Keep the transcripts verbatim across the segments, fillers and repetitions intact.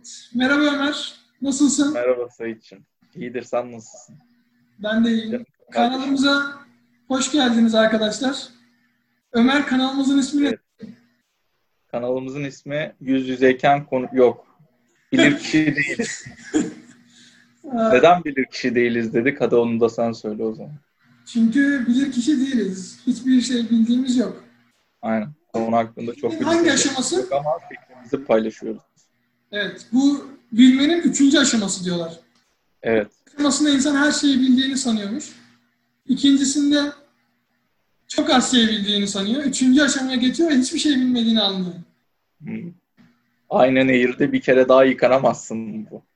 Merhaba Ömer, nasılsın? Merhaba Saitçiğim. İyidir, sen nasılsın? Ben de iyiyim. Canım kardeşim. Kanalımıza hoş geldiniz arkadaşlar. Ömer, kanalımızın ismi ne? Evet, kanalımızın ismi Yüz Yüzeyken Konu... Yok. Bilirkişi değiliz. Aa, Neden bilirkişi değiliz dedik? Hadi onu da sen söyle o zaman. Çünkü bilir kişi değiliz. Hiçbir şey bildiğimiz yok. Aynen. Konu hakkında çok bir Hangi düşüncemiz aşaması? yok ama fikrimizi paylaşıyoruz. Evet, bu bilmenin üçüncü aşaması diyorlar. Evet. Aşamasında insan her şeyi bildiğini sanıyormuş. İkincisinde çok az şey bildiğini sanıyor. Üçüncü aşamaya geçiyor ve hiçbir şey bilmediğini anlıyor. Hmm. Aynı nehirde bir kere daha yıkanamazsın bu.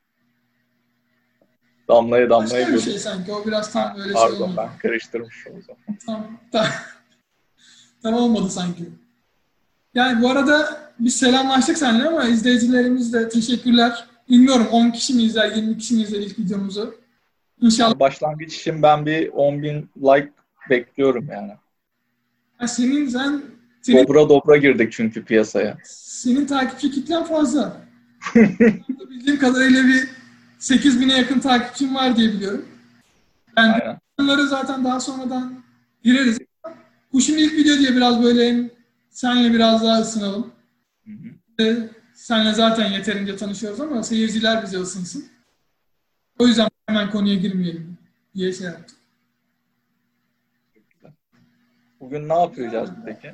Damlaya damlaya Başka bir göre. şey sanki. O biraz tam böyle şey Pardon, olmadı. ben karıştırmışım o zaman. Tam, tam, tam olmadı sanki. Yani bu arada biz selamlaştık seninle ama izleyicilerimiz de teşekkürler. Bilmiyorum on kişi mi izler, yirmi kişi mi izler ilk videomuzu. İnşallah. Yani başlangıç için ben bir on bin like bekliyorum yani. Ya senin sen senin, Dobra dobra girdik çünkü piyasaya. senin takipçi kitlen fazla. Bildiğim kadarıyla bir sekiz bine yakın takipçim var diye biliyorum. Yani Aynen. bunları zaten daha sonradan gireriz. Bu şimdi ilk video diye biraz böyle hem seninle biraz daha ısınalım. Hı hı. Seninle zaten yeterince tanışıyoruz ama seyirciler bize ısınsın. O yüzden hemen konuya girmeyelim diye şey yaptım. Bugün ne yapacağız peki?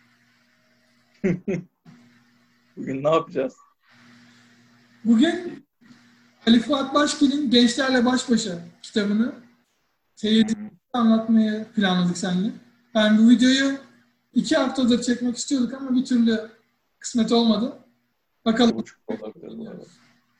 Bugün ne yapacağız? Bugün Ali Fuat Başgil'in Gençlerle Baş Başa kitabını seyircilere anlatmayı planladık seninle. Ben bu videoyu iki haftadır çekmek istiyorduk ama bir türlü kısmet olmadı. Bakalım. Buçuk olabilir bu arada.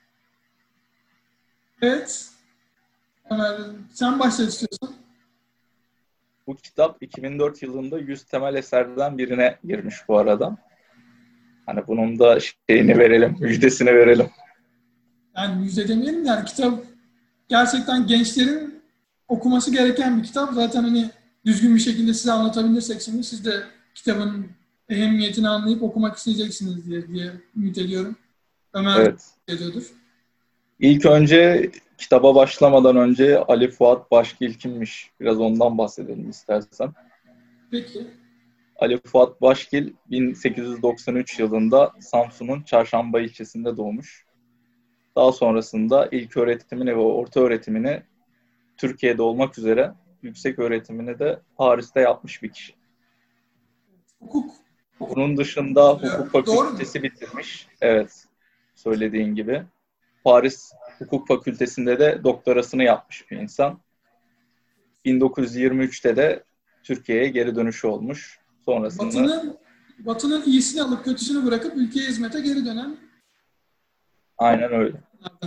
Evet. Ömer, sen başla istiyorsan. Bu kitap iki bin dört yılında yüz temel eserden birine girmiş bu arada. Hani bunun da şeyini verelim, müjdesini verelim. Yani yüzde demeyelim yani kitap gerçekten gençlerin okuması gereken bir kitap. Zaten hani düzgün bir şekilde size anlatabilirsek şimdi siz de kitabın ehemmiyetini anlayıp okumak isteyeceksiniz diye, diye ümit ediyorum. Ömer Evet. ediyordur. İlk önce kitaba başlamadan önce Ali Fuat Başgil kimmiş? Biraz ondan bahsedelim istersen. Peki. Ali Fuat Başgil bin sekiz yüz doksan üç yılında Samsun'un Çarşamba ilçesinde doğmuş. Daha sonrasında ilk öğretimini ve orta öğretimini Türkiye'de olmak üzere yüksek öğretimini de Paris'te yapmış bir kişi. Hukuk. Bunun dışında hukuk Doğru mu? fakültesi bitirmiş. Evet, söylediğin gibi. Paris Hukuk Fakültesi'nde de doktorasını yapmış bir insan. bin dokuz yüz yirmi üçte de Türkiye'ye geri dönüşü olmuş. Sonrasında Batı'nın Batı'nın iyisini alıp kötüsünü bırakıp ülkeye hizmete geri dönen aynen öyle.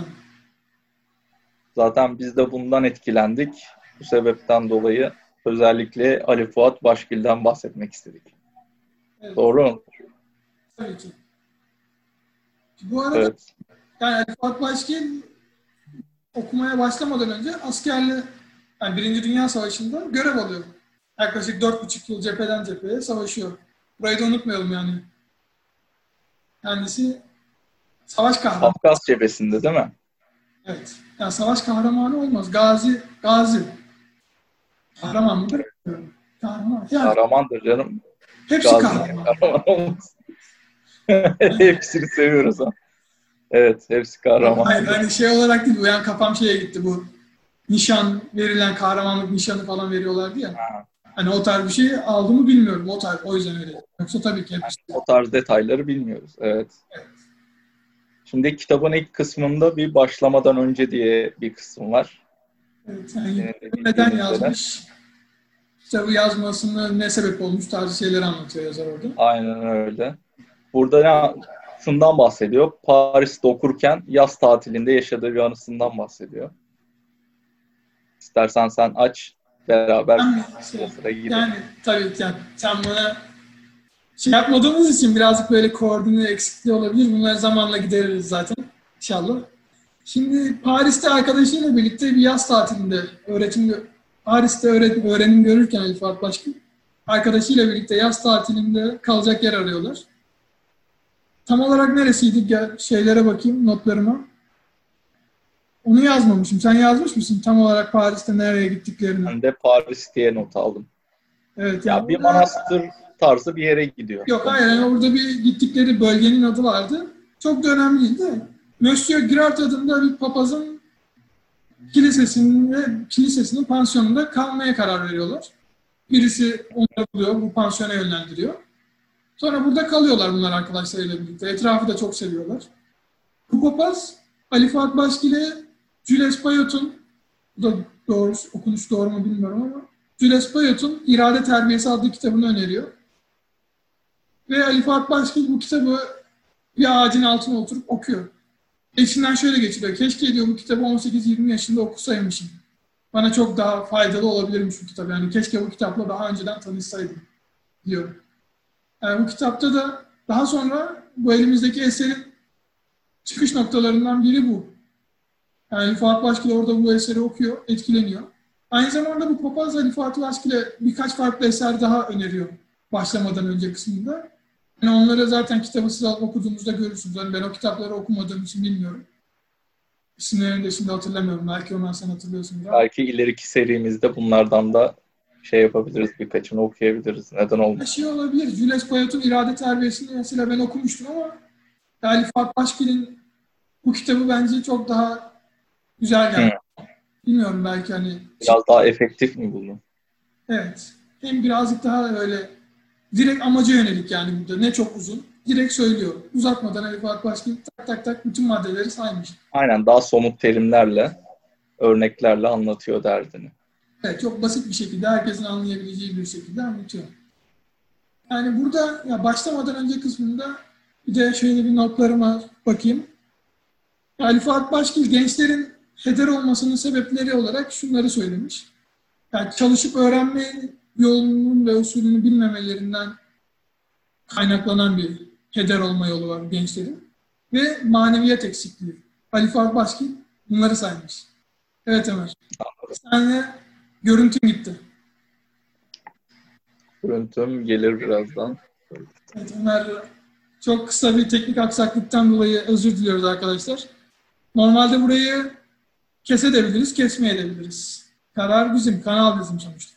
Zaten biz de bundan etkilendik. Bu sebepten dolayı özellikle Ali Fuat Başgil'den bahsetmek istedik. Evet, Doğru mu? tabii ki. Bu arada Evet. yani Ali Fuat Başgil okumaya başlamadan önce askerli, yani Birinci Dünya Savaşı'nda görev alıyor. Yaklaşık dört buçuk yıl cepheden cepheye savaşıyor. Burayı da unutmayalım yani. Kendisi savaş kahramanı. Kafkas cephesinde değil mi? Evet. Yani savaş kahramanı olmaz. Gazi, gazi. Kahraman mıdır? Kahraman. Yani Kahramandır canım. hepsi Gazi kahraman. kahraman olmaz. Hepsini seviyoruz ha. Evet, hepsi kahraman. Hayır, hani şey olarak değil, uyan kafam şeye gitti bu. Nişan verilen kahramanlık nişanı falan veriyorlardı ya. Ha. Hani o tarz bir şey aldı mı bilmiyorum. O tarz, o yüzden öyle. Yoksa tabii ki hepsi. O tarz detayları bilmiyoruz. Evet. Şimdi kitabın ilk kısmında bir başlamadan önce diye bir kısım var. Evet, yani Senin de neden bildiğin üzere. yazmış, kitabı yazmasına ne sebep olmuş tarzı şeyleri anlatıyor yazar orada. Aynen öyle. Burada ne, şundan bahsediyor. Paris'te okurken yaz tatilinde yaşadığı bir anısından bahsediyor. İstersen sen aç, beraber Yani, sıra şey, sıra gidelim. yani tabii ki yani, sen bana şey yapmadığımız için birazcık böyle koordine eksikliği olabilir. Bunları zamanla gideririz zaten inşallah. Şimdi Paris'te arkadaşıyla birlikte bir yaz tatilinde öğretim Paris'te öğretim, öğrenim görürken Ali Fuat Başgil arkadaşıyla birlikte yaz tatilinde kalacak yer arıyorlar. tam olarak neresiydi? Gel, şeylere bakayım, notlarıma. Onu yazmamışım. Sen yazmış mısın? Tam olarak Paris'te nereye gittiklerini. Ben de Paris diye not aldım. Evet. Ya Yani bir orada, manastır tarzı bir yere gidiyor. yok hayır. Yani orada bir gittikleri bölgenin adı vardı. Çok da önemliydi de. Monsieur Girard adında bir papazın kilisesinin ve kilisesinin pansiyonunda kalmaya karar veriyorlar. Birisi onları buluyor, bu pansiyona yönlendiriyor. Sonra burada kalıyorlar bunlar arkadaşlarıyla birlikte. Etrafı da çok seviyorlar. Bu papaz Ali Fuat Başkil'e Jules Payot'un, bu da doğru, okunuş doğru mu bilmiyorum ama Jules Payot'un İrade Terbiyesi adlı kitabını öneriyor. Ve Ali Fuat Başkil bu kitabı bir ağacın altına oturup okuyor. İçinden şöyle geçiriyor. Keşke diyor bu kitabı on sekiz yirmi yaşında okusaymışım. Bana çok daha faydalı olabilirmiş bu kitap. Yani keşke bu kitapla daha önceden tanışsaydım diyor. Yani bu kitapta da daha sonra bu elimizdeki eserin çıkış noktalarından biri bu. Yani Fuat Başkil orada bu eseri okuyor, etkileniyor. Aynı zamanda bu papaz Ali Fuat Başkil'e birkaç farklı eser daha öneriyor başlamadan önce kısmında. Yani onları zaten kitabı siz alıp okuduğunuzda görürsünüz. Yani ben o kitapları okumadığım için bilmiyorum. İsimlerini de şimdi hatırlamıyorum. Belki ondan sen hatırlıyorsun. Belki ileriki serimizde bunlardan da şey yapabiliriz, birkaçını okuyabiliriz. Neden olmaz? Şey olabilir. Jules Payot'un İrade Terbiyesi'ni mesela ben okumuştum ama Ali Fuat Başkil'in bu kitabı bence çok daha güzel geldi. Hı. Bilmiyorum belki hani... Biraz daha efektif mi buldun? Evet. Hem birazcık daha öyle direkt amaca yönelik yani burada. Ne çok uzun. Direkt söylüyor. Uzatmadan Ali Fuat Başkil tak tak tak bütün maddeleri saymış. Aynen, daha somut terimlerle, örneklerle anlatıyor derdini. Evet, çok basit bir şekilde, herkesin anlayabileceği bir şekilde anlatıyor. Yani burada ya başlamadan önce kısmında bir de şöyle bir notlarıma bakayım. Ali Fuat Başkil gençlerin heder olmasının sebepleri olarak şunları söylemiş. Yani çalışıp öğrenme yolunun ve usulünü bilmemelerinden kaynaklanan bir heder olma yolu var gençlerin. Ve maneviyat eksikliği. Ali Fuat Başkil bunları saymış. Evet Ömer. Senle görüntün gitti. Görüntüm gelir birazdan. Evet Ömer, çok kısa bir teknik aksaklıktan dolayı özür diliyoruz arkadaşlar. Normalde burayı kesebiliriz, kesmeyebiliriz. Karar bizim, kanal bizim sonuçta.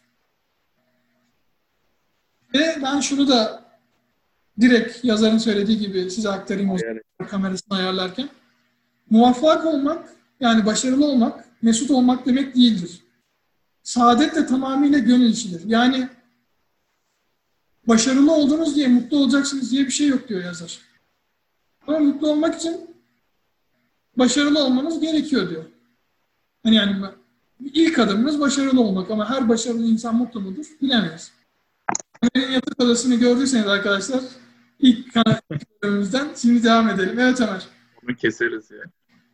Ve ben şunu da direkt yazarın söylediği gibi size aktarayım o zaman kamerasını ayarlarken. Muvaffak olmak, yani başarılı olmak, mesut olmak demek değildir. Saadet de tamamıyla gönül işidir. Yani başarılı oldunuz diye mutlu olacaksınız diye bir şey yok diyor yazar. Ama mutlu olmak için başarılı olmanız gerekiyor diyor. Hani yani ilk adımımız başarılı olmak ama her başarılı insan mutlu mudur? Bilemeyiz. Ömer'in yatak odasını gördüyseniz arkadaşlar ilk kanalımızdan şimdi devam edelim. Evet Ömer. Bunu keseriz ya.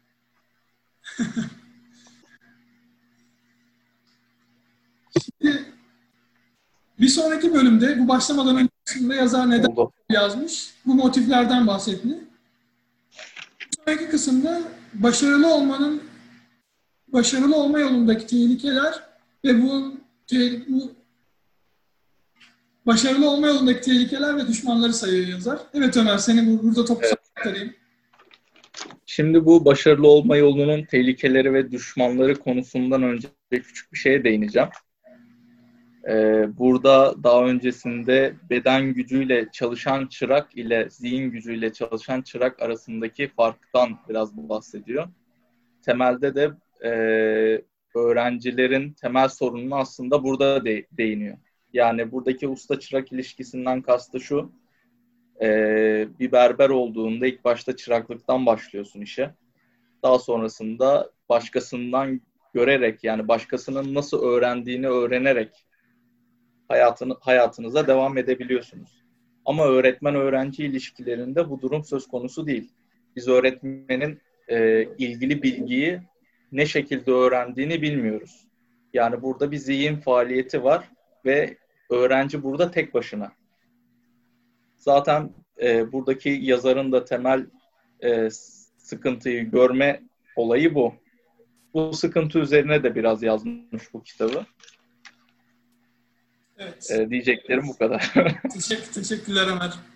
Şimdi bir sonraki bölümde bu başlamadan öncesinde yazar neden Oldu. yazmış? Bu motiflerden bahsetti. Bir sonraki kısımda başarılı olmanın başarılı olma yolundaki tehlikeler ve bu, te, bu başarılı olma yolundaki tehlikeler ve düşmanları sayıyor yazar. Evet Ömer, seni burada topu aktarayım. Evet. Şimdi bu başarılı olma yolunun tehlikeleri ve düşmanları konusundan önce küçük bir şeye değineceğim. Ee, burada daha öncesinde beden gücüyle çalışan çırak ile zihin gücüyle çalışan çırak arasındaki farktan biraz bahsediyor. Temelde de e, öğrencilerin temel sorununu aslında burada de, değiniyor. Yani buradaki usta-çırak ilişkisinden kastı şu, e, bir berber olduğunda ilk başta çıraklıktan başlıyorsun işe. Daha sonrasında başkasından görerek, yani başkasının nasıl öğrendiğini öğrenerek hayatını, hayatınıza devam edebiliyorsunuz. Ama öğretmen-öğrenci ilişkilerinde bu durum söz konusu değil. Biz öğretmenin e, ilgili bilgiyi ne şekilde öğrendiğini bilmiyoruz. Yani burada bir zihin faaliyeti var ve öğrenci burada tek başına. Zaten e, buradaki yazarın da temel e, sıkıntıyı görme olayı bu. Bu sıkıntı üzerine de biraz yazmış bu kitabı. Evet. E, diyeceklerim evet. Bu kadar. Teşekkür, teşekkürler Ömer.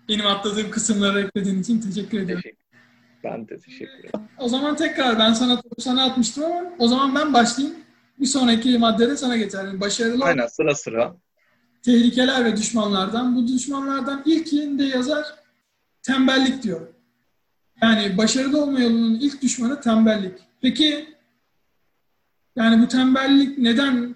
Benim atladığım kısımları eklediğin için teşekkür ederim. Teşekkür. Ben de teşekkür ederim. O zaman tekrar ben sana topu sana atmıştım ama o zaman ben başlayayım. Bir sonraki maddede sana geçelim. Başarılı Aynen, sıra sıra. tehlikeler ve düşmanlardan. Bu düşmanlardan ilkinde yazar tembellik diyor. Yani başarılı olma yolunun ilk düşmanı tembellik. Peki yani bu tembellik neden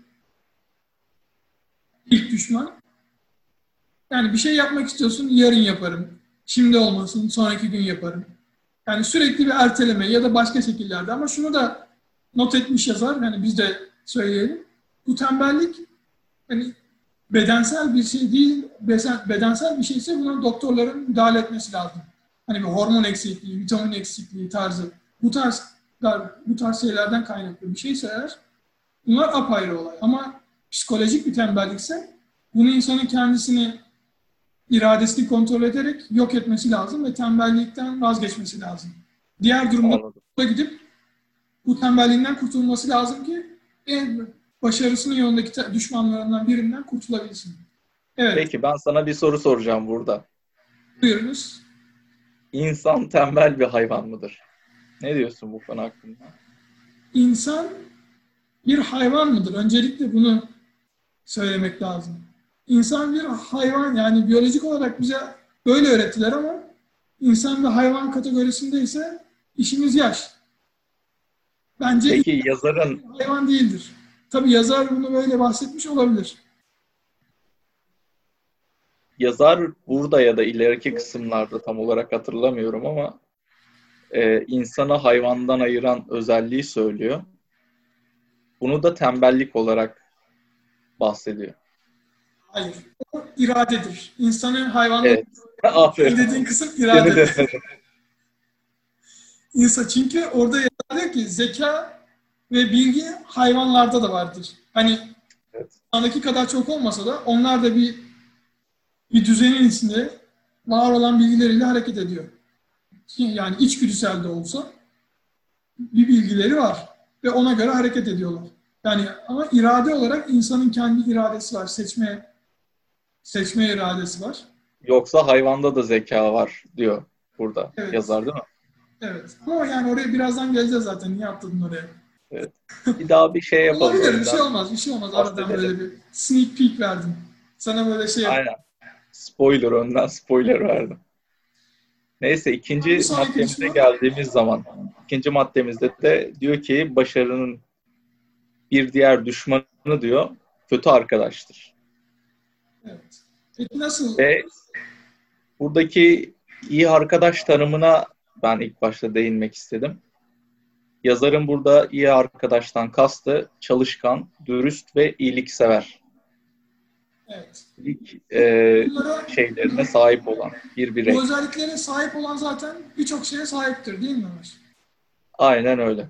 ilk düşman? Yani bir şey yapmak istiyorsun, yarın yaparım. Şimdi olmasın, sonraki gün yaparım. Yani sürekli bir erteleme ya da başka şekillerde. Ama şunu da not etmiş yazar, yani biz de söyleyelim. Bu tembellik yani bedensel bir şey değil, bedensel bir şeyse buna doktorların müdahale etmesi lazım. Hani bir hormon eksikliği, vitamin eksikliği tarzı, bu tarz bu tarz şeylerden kaynaklı bir şeyse eğer, bunlar apayrı olay. Ama psikolojik bir tembellikse bunu insanın kendisini iradesini kontrol ederek yok etmesi lazım ve tembellikten vazgeçmesi lazım. Diğer durumda gidip bu tembelliğinden kurtulması lazım ki en başarısının yolundaki düşmanlarından birinden kurtulabilsin. Evet. Peki ben sana bir soru soracağım burada. Buyurunuz. İnsan tembel bir hayvan mıdır? Ne diyorsun bu konu hakkında? İnsan bir hayvan mıdır? Öncelikle bunu söylemek lazım. İnsan bir hayvan, yani biyolojik olarak bize böyle öğrettiler ama insan ve hayvan kategorisindeyse işimiz yaş. Bence Peki yazarın hayvan değildir. Tabii yazar bunu böyle bahsetmiş olabilir. Yazar burada ya da ileriki kısımlarda tam olarak hatırlamıyorum ama e, insanı hayvandan ayıran özelliği söylüyor. Bunu da tembellik olarak bahsediyor. Hayır. O iradedir. İnsanı hayvanla Evet. Aferin. dediğin kısım iradedir. İnsan, çünkü orada yazıyor ki zeka ve bilgi hayvanlarda da vardır. Hani evet. insandaki kadar çok olmasa da onlar da bir bir düzenin içinde var olan bilgileriyle hareket ediyor. Yani içgüdüsel de olsa bir bilgileri var ve ona göre hareket ediyorlar. Yani ama irade olarak insanın kendi iradesi var. Seçme seçme iradesi var. Yoksa hayvanda da zeka var diyor burada Evet. yazar, değil mi? Evet. Ama yani oraya birazdan geleceğiz zaten. Niye atladın oraya? Evet. Bir daha bir şey yapalım. Olabilir. Bir şey olmaz. Bir şey olmaz. Aradan böyle bir sneak peek verdim. Sana böyle şey yapayım. Aynen. Spoiler, önden spoiler verdim. Neyse, ikinci maddemize geldiğimiz zaman, ikinci maddemizde de diyor ki başarının bir diğer düşmanı diyor kötü arkadaştır. Evet. Peki nasıl? Ve buradaki iyi arkadaş tanımına ben ilk başta değinmek istedim. Yazarın burada iyi arkadaştan kastı çalışkan, dürüst ve iyiliksever. Evet. İlk e, şeylerine sahip olan bir birey. Bu özelliklere sahip olan zaten birçok şeye sahiptir, değil mi Ömer? Aynen öyle.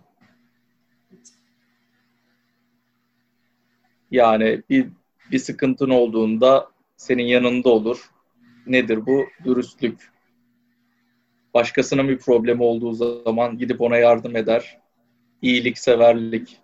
Yani bir bir sıkıntın olduğunda senin yanında olur. Nedir bu? Dürüstlük. Başkasının bir problemi olduğu zaman gidip ona yardım eder. İyilikseverlik.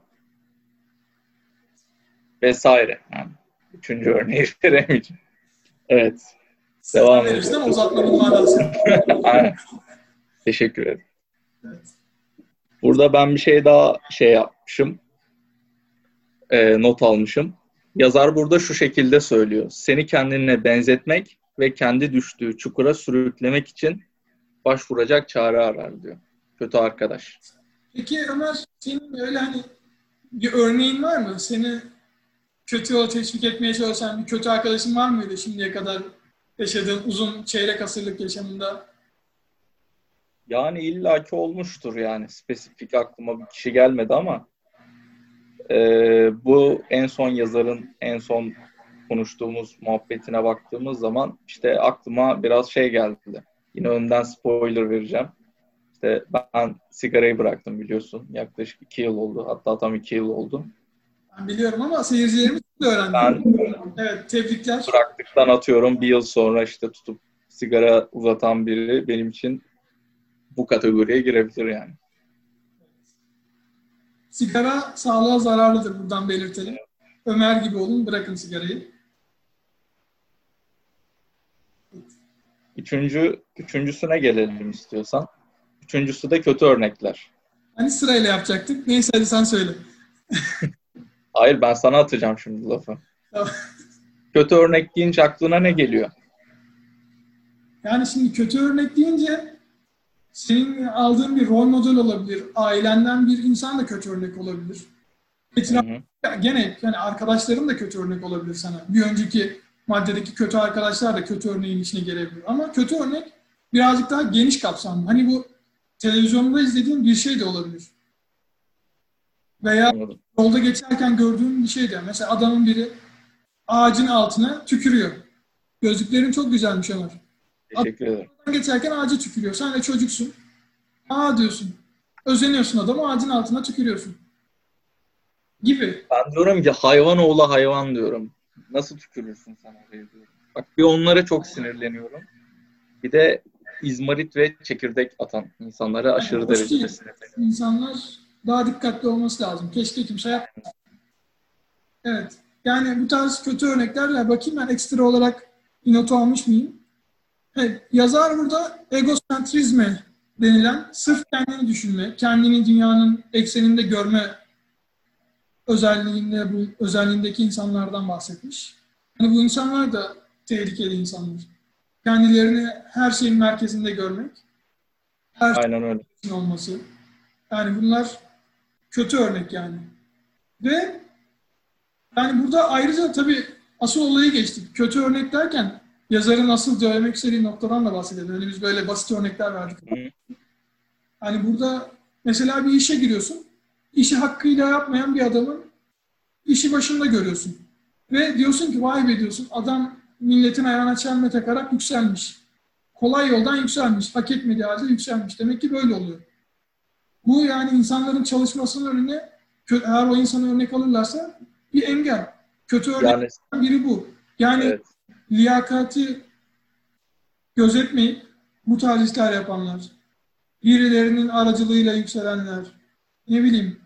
Vesaire. Yani üçüncü örneği veremeyeceğim. Evet. Devam edelim. Verirsin ama uzatmanın manası. Aynen. Teşekkür ederim. Evet. Burada ben bir şey daha şey yapmışım. E, not almışım. Yazar burada şu şekilde söylüyor. Seni kendine benzetmek ve kendi düştüğü çukura sürüklemek için başvuracak çare arar diyor. Kötü arkadaş. Peki Ömer, senin öyle hani bir örneğin var mı? Seni kötü yola teşvik etmeye çalışan bir kötü arkadaşın var mıydı şimdiye kadar yaşadığın uzun çeyrek asırlık yaşamında? Yani illaki olmuştur yani. Spesifik aklıma bir kişi gelmedi ama e, bu en son yazarın en son konuştuğumuz muhabbetine baktığımız zaman işte aklıma biraz şey geldi. Yine önden spoiler vereceğim. İşte ben sigarayı bıraktım biliyorsun. Yaklaşık iki yıl oldu. Hatta tam iki yıl oldu. Ben biliyorum ama seyircilerimiz de öğrendi. Ben evet, tebrikler. Bıraktıktan atıyorum bir yıl sonra işte tutup sigara uzatan biri benim için bu kategoriye girebilir yani. Sigara sağlığa zararlıdır, buradan belirtelim. Ömer gibi olun, bırakın sigarayı. Üçüncü, üçüncüsüne gelelim istiyorsan. Üçüncüsü de kötü örnekler. Hani sırayla yapacaktık. Neyse hadi sen söyle. Hayır, ben sana atacağım şimdi lafı. Tamam. Kötü örnek deyince aklına ne geliyor? Yani şimdi kötü örnek deyince senin aldığın bir rol model olabilir. Ailenden bir insan da kötü örnek olabilir. Etraf, gene yani arkadaşların da kötü örnek olabilir sana. Bir önceki maddedeki kötü arkadaşlar da kötü örneğin içine gelebilir. Ama kötü örnek birazcık daha geniş kapsamlı. Hani bu televizyonda izlediğin bir şey de olabilir. Veya Anladım. yolda geçerken gördüğün bir şey de. Mesela adamın biri ağacın altına tükürüyor. Gözlüklerin çok güzelmiş Ömer. Teşekkür ederim. Adam geçerken ağaca tükürüyor. Sen de çocuksun. Aa diyorsun. Özeniyorsun adamı, ağacın altına tükürüyorsun. Gibi. Ben diyorum ki hayvan oğlu hayvan diyorum. Nasıl tükürürsün sen oraya diyorum. Bak bir onlara çok sinirleniyorum. Bir de izmarit ve çekirdek atan insanlara aşırı Hoş derecede değil. sinirleniyorum. İnsanlar daha dikkatli olması lazım. Keşke kimse yapmasın. Evet. Yani bu tarz kötü örneklerle bakayım ben ekstra olarak bir not almış mıyım? Evet. Yazar burada egosentrizme denilen sırf kendini düşünme, kendini dünyanın ekseninde görme özelliğinde bu özelliğindeki insanlardan bahsetmiş. Yani bu insanlar da tehlikeli insanlar. Kendilerini her şeyin merkezinde görmek, her Aynen öyle. şeyin olması. Yani bunlar kötü örnek yani. Ve yani burada ayrıca tabii asıl olayı geçtik. Kötü örnek derken yazarın asıl söylemek istediği noktadan da bahsedelim. Hani biz böyle basit örnekler verdik. Yani burada mesela bir işe giriyorsun. İşi hakkıyla yapmayan bir adamın işi başında görüyorsun. Ve diyorsun ki vay be diyorsun adam milletin ayağına çelme takarak yükselmiş. Kolay yoldan yükselmiş. Hak etmediği halde yükselmiş. Demek ki böyle oluyor. Bu yani insanların çalışmasının önüne eğer o insanı örnek alırlarsa bir engel. Kötü örneklerden yani, biri bu. Yani evet. Liyakati gözetmeyip bu tarz işler yapanlar, birilerinin aracılığıyla yükselenler, ne bileyim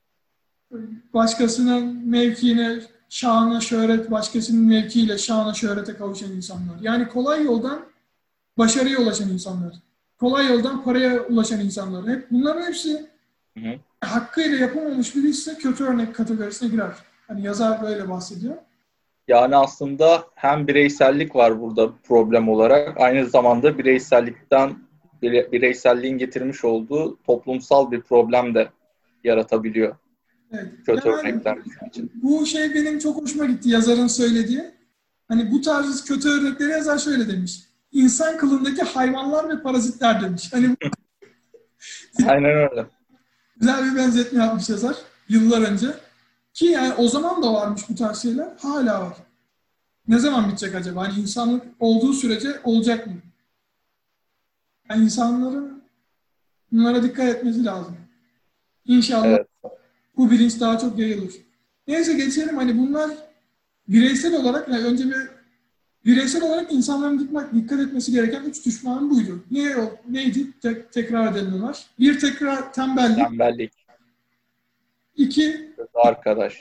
başkasının mevkiine şanına şöhret, başkasının mevkiiyle şanına şöhrete kavuşan insanlar. Yani kolay yoldan başarıya ulaşan insanlar. Kolay yoldan paraya ulaşan insanlar. Hep bunların hepsi hı hı. hakkıyla yapılmamış biri ise kötü örnek kategorisine girer. Hani yazar böyle bahsediyor. Yani aslında hem bireysellik var burada problem olarak. Aynı zamanda bireysellikten bireyselliğin getirmiş olduğu toplumsal bir problem de yaratabiliyor. Evet. Kötü yani, örnekler için. Bu şey benim çok hoşuma gitti yazarın söylediği. Hani bu tarz kötü örnekleri yazar şöyle demiş. İnsan kılındaki hayvanlar ve parazitler demiş. Hani aynen öyle. Güzel bir benzetme yapmış yazar yıllar önce. Ki yani o zaman da varmış bu tarz şeyler. Hala var. Ne zaman bitecek acaba? Hani insanlık olduğu sürece olacak mı? Yani insanların bunlara dikkat etmesi lazım. İnşallah evet. Bu bilinç daha çok yayılır. Neyse geçelim. Hani bunlar bireysel olarak yani önce bir bireysel olarak insanların dikkat, dikkat etmesi gereken üç düşman buydu. Niye o? Neydi? Tek, tekrar edelim var. Bir tekrar tembellik. Tembellik. İki kötü arkadaş.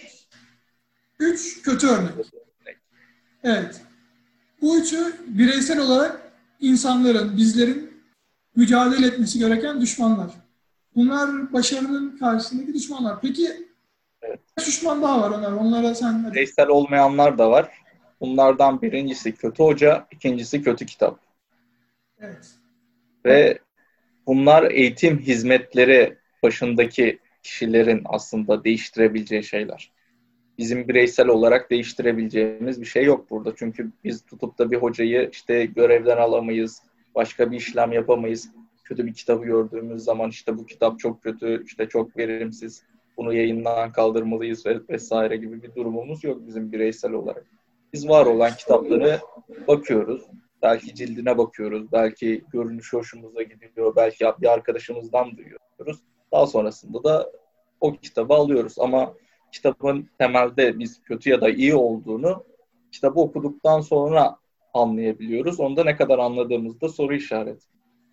Üç kötü örnek. Kötü örnek. Evet. Bu üçü bireysel olarak insanların, bizlerin mücadele etmesi gereken düşmanlar. Bunlar başarının karşısındaki düşmanlar. Peki evet. Kaç düşman daha var Ömer? Onlara sen... Bireysel olmayanlar da var. Bunlardan birincisi kötü hoca, ikincisi kötü kitap. Evet. Ve bunlar eğitim hizmetleri başındaki kişilerin aslında değiştirebileceği şeyler. Bizim bireysel olarak değiştirebileceğimiz bir şey yok burada. Çünkü biz tutup da bir hocayı işte görevden alamayız, başka bir işlem yapamayız. Kötü bir kitabı gördüğümüz zaman işte bu kitap çok kötü, işte çok verimsiz, bunu yayından kaldırmalıyız vesaire gibi bir durumumuz yok bizim bireysel olarak. Biz var olan kitapları bakıyoruz. Belki cildine bakıyoruz, belki görünüşü hoşumuza gidiyor, belki bir arkadaşımızdan duyuyoruz. Daha sonrasında da o kitabı alıyoruz. Ama kitabın temelde biz kötü ya da iyi olduğunu kitabı okuduktan sonra anlayabiliyoruz. Onda ne kadar anladığımızda soru işareti.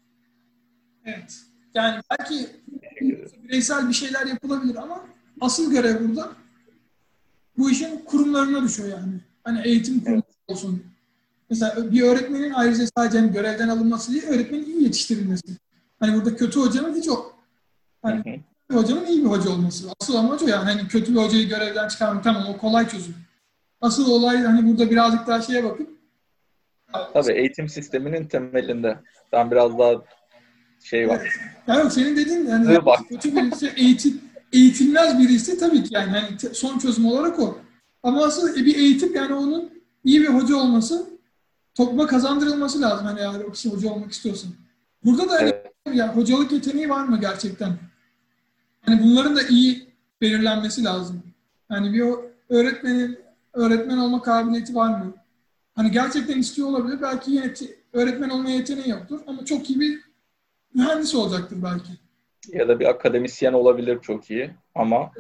Evet. Yani belki bireysel bir şeyler yapılabilir ama asıl görev burada bu işin kurumlarına düşüyor yani. Hani eğitim kurumu evet. olsun, Mesela bir öğretmenin ayrıca sadece hani görevden alınması değil, öğretmenin iyi yetiştirilmesi. Hani burada kötü hocanın hiç o. Hı Hani hı. hocanın iyi bir hoca olması. Asıl amaç o yani. Hani kötü bir hocayı görevden çıkarmak tamam o kolay çözüm. Asıl olay hani burada birazcık daha şeye bakıp Tabii eğitim sisteminin temelinde. Ben biraz daha şey evet. var. Yani yok, senin dediğin yani Sığ bak. kötü birisi eğitim, eğitilmez birisi tabii ki yani hani te- son çözüm olarak o. Ama asıl bir eğitim yani onun iyi bir hoca olması, topluma kazandırılması lazım hani eğer o kişi hoca olmak istiyorsan. Burada da hani Evet. ya hocalık yeteneği var mı gerçekten? Hani bunların da iyi belirlenmesi lazım. Yani bir o- öğretmenin öğretmen olma kabiliyeti var mı? Hani gerçekten istiyor olabilir. Belki yine te- öğretmen olma yeteneği yoktur ama çok iyi bir mühendis olacaktır belki. Ya da bir akademisyen olabilir çok iyi. Ama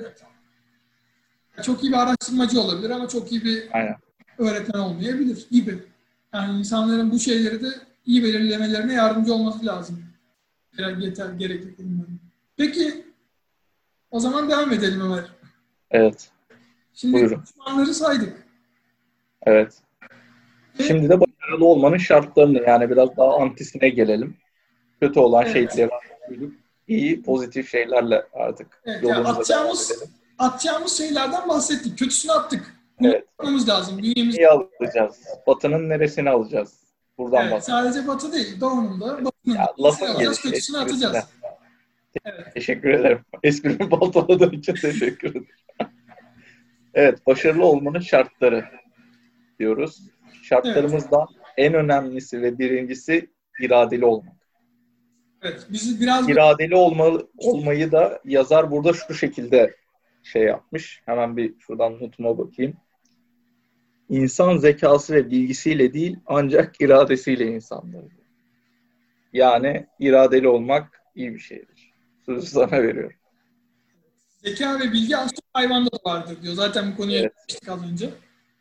Çok iyi bir araştırmacı olabilir ama çok iyi bir aynen. öğretmen olmayabilir gibi. Yani insanların bu şeyleri de iyi belirlemelerine yardımcı olması lazım. Gerek yeter, gerekli kurumların. Peki o zaman devam edelim Ömer. Evet. Şimdi Buyurun. düşmanları saydık. Evet. Ve, Şimdi de başarılı olmanın şartlarını yani biraz daha antisine gelelim. Kötü olan evet, şeyleri söyleyip iyi, pozitif şeylerle artık evet yani yolumuza devam atacağımız edelim. atacağımız şeylerden bahsettik. Kötüsünü attık. Bunu Evet. yapmamız lazım. Bünyemiz. Neyi alacağız? Batının neresini alacağız? Buradan Evet, bahsedelim. sadece batı değil, doğunun da, batının da. Ya, İyisini lafın alacağız, gelişi, kötüsünü esprisine. atacağız. Evet, Teşekkür ederim. Esprimi baltaladığın için teşekkür ederim. Evet, başarılı olmanın şartları diyoruz. evet, Şartlarımızdan en önemlisi ve birincisi iradeli olmak. evet. Bizi biraz böyle İradeli olma, olmayı da yazar burada şu şekilde şey yapmış. Hemen bir şuradan notuma bakayım. İnsan zekası ve bilgisiyle değil ancak iradesiyle insandır. Yani iradeli olmak iyi bir şeydir. Sözü sana veriyorum. zeka ve bilgi aslında hayvanda da vardır diyor. Zaten bu konuya Evet. geçmiştik az önce.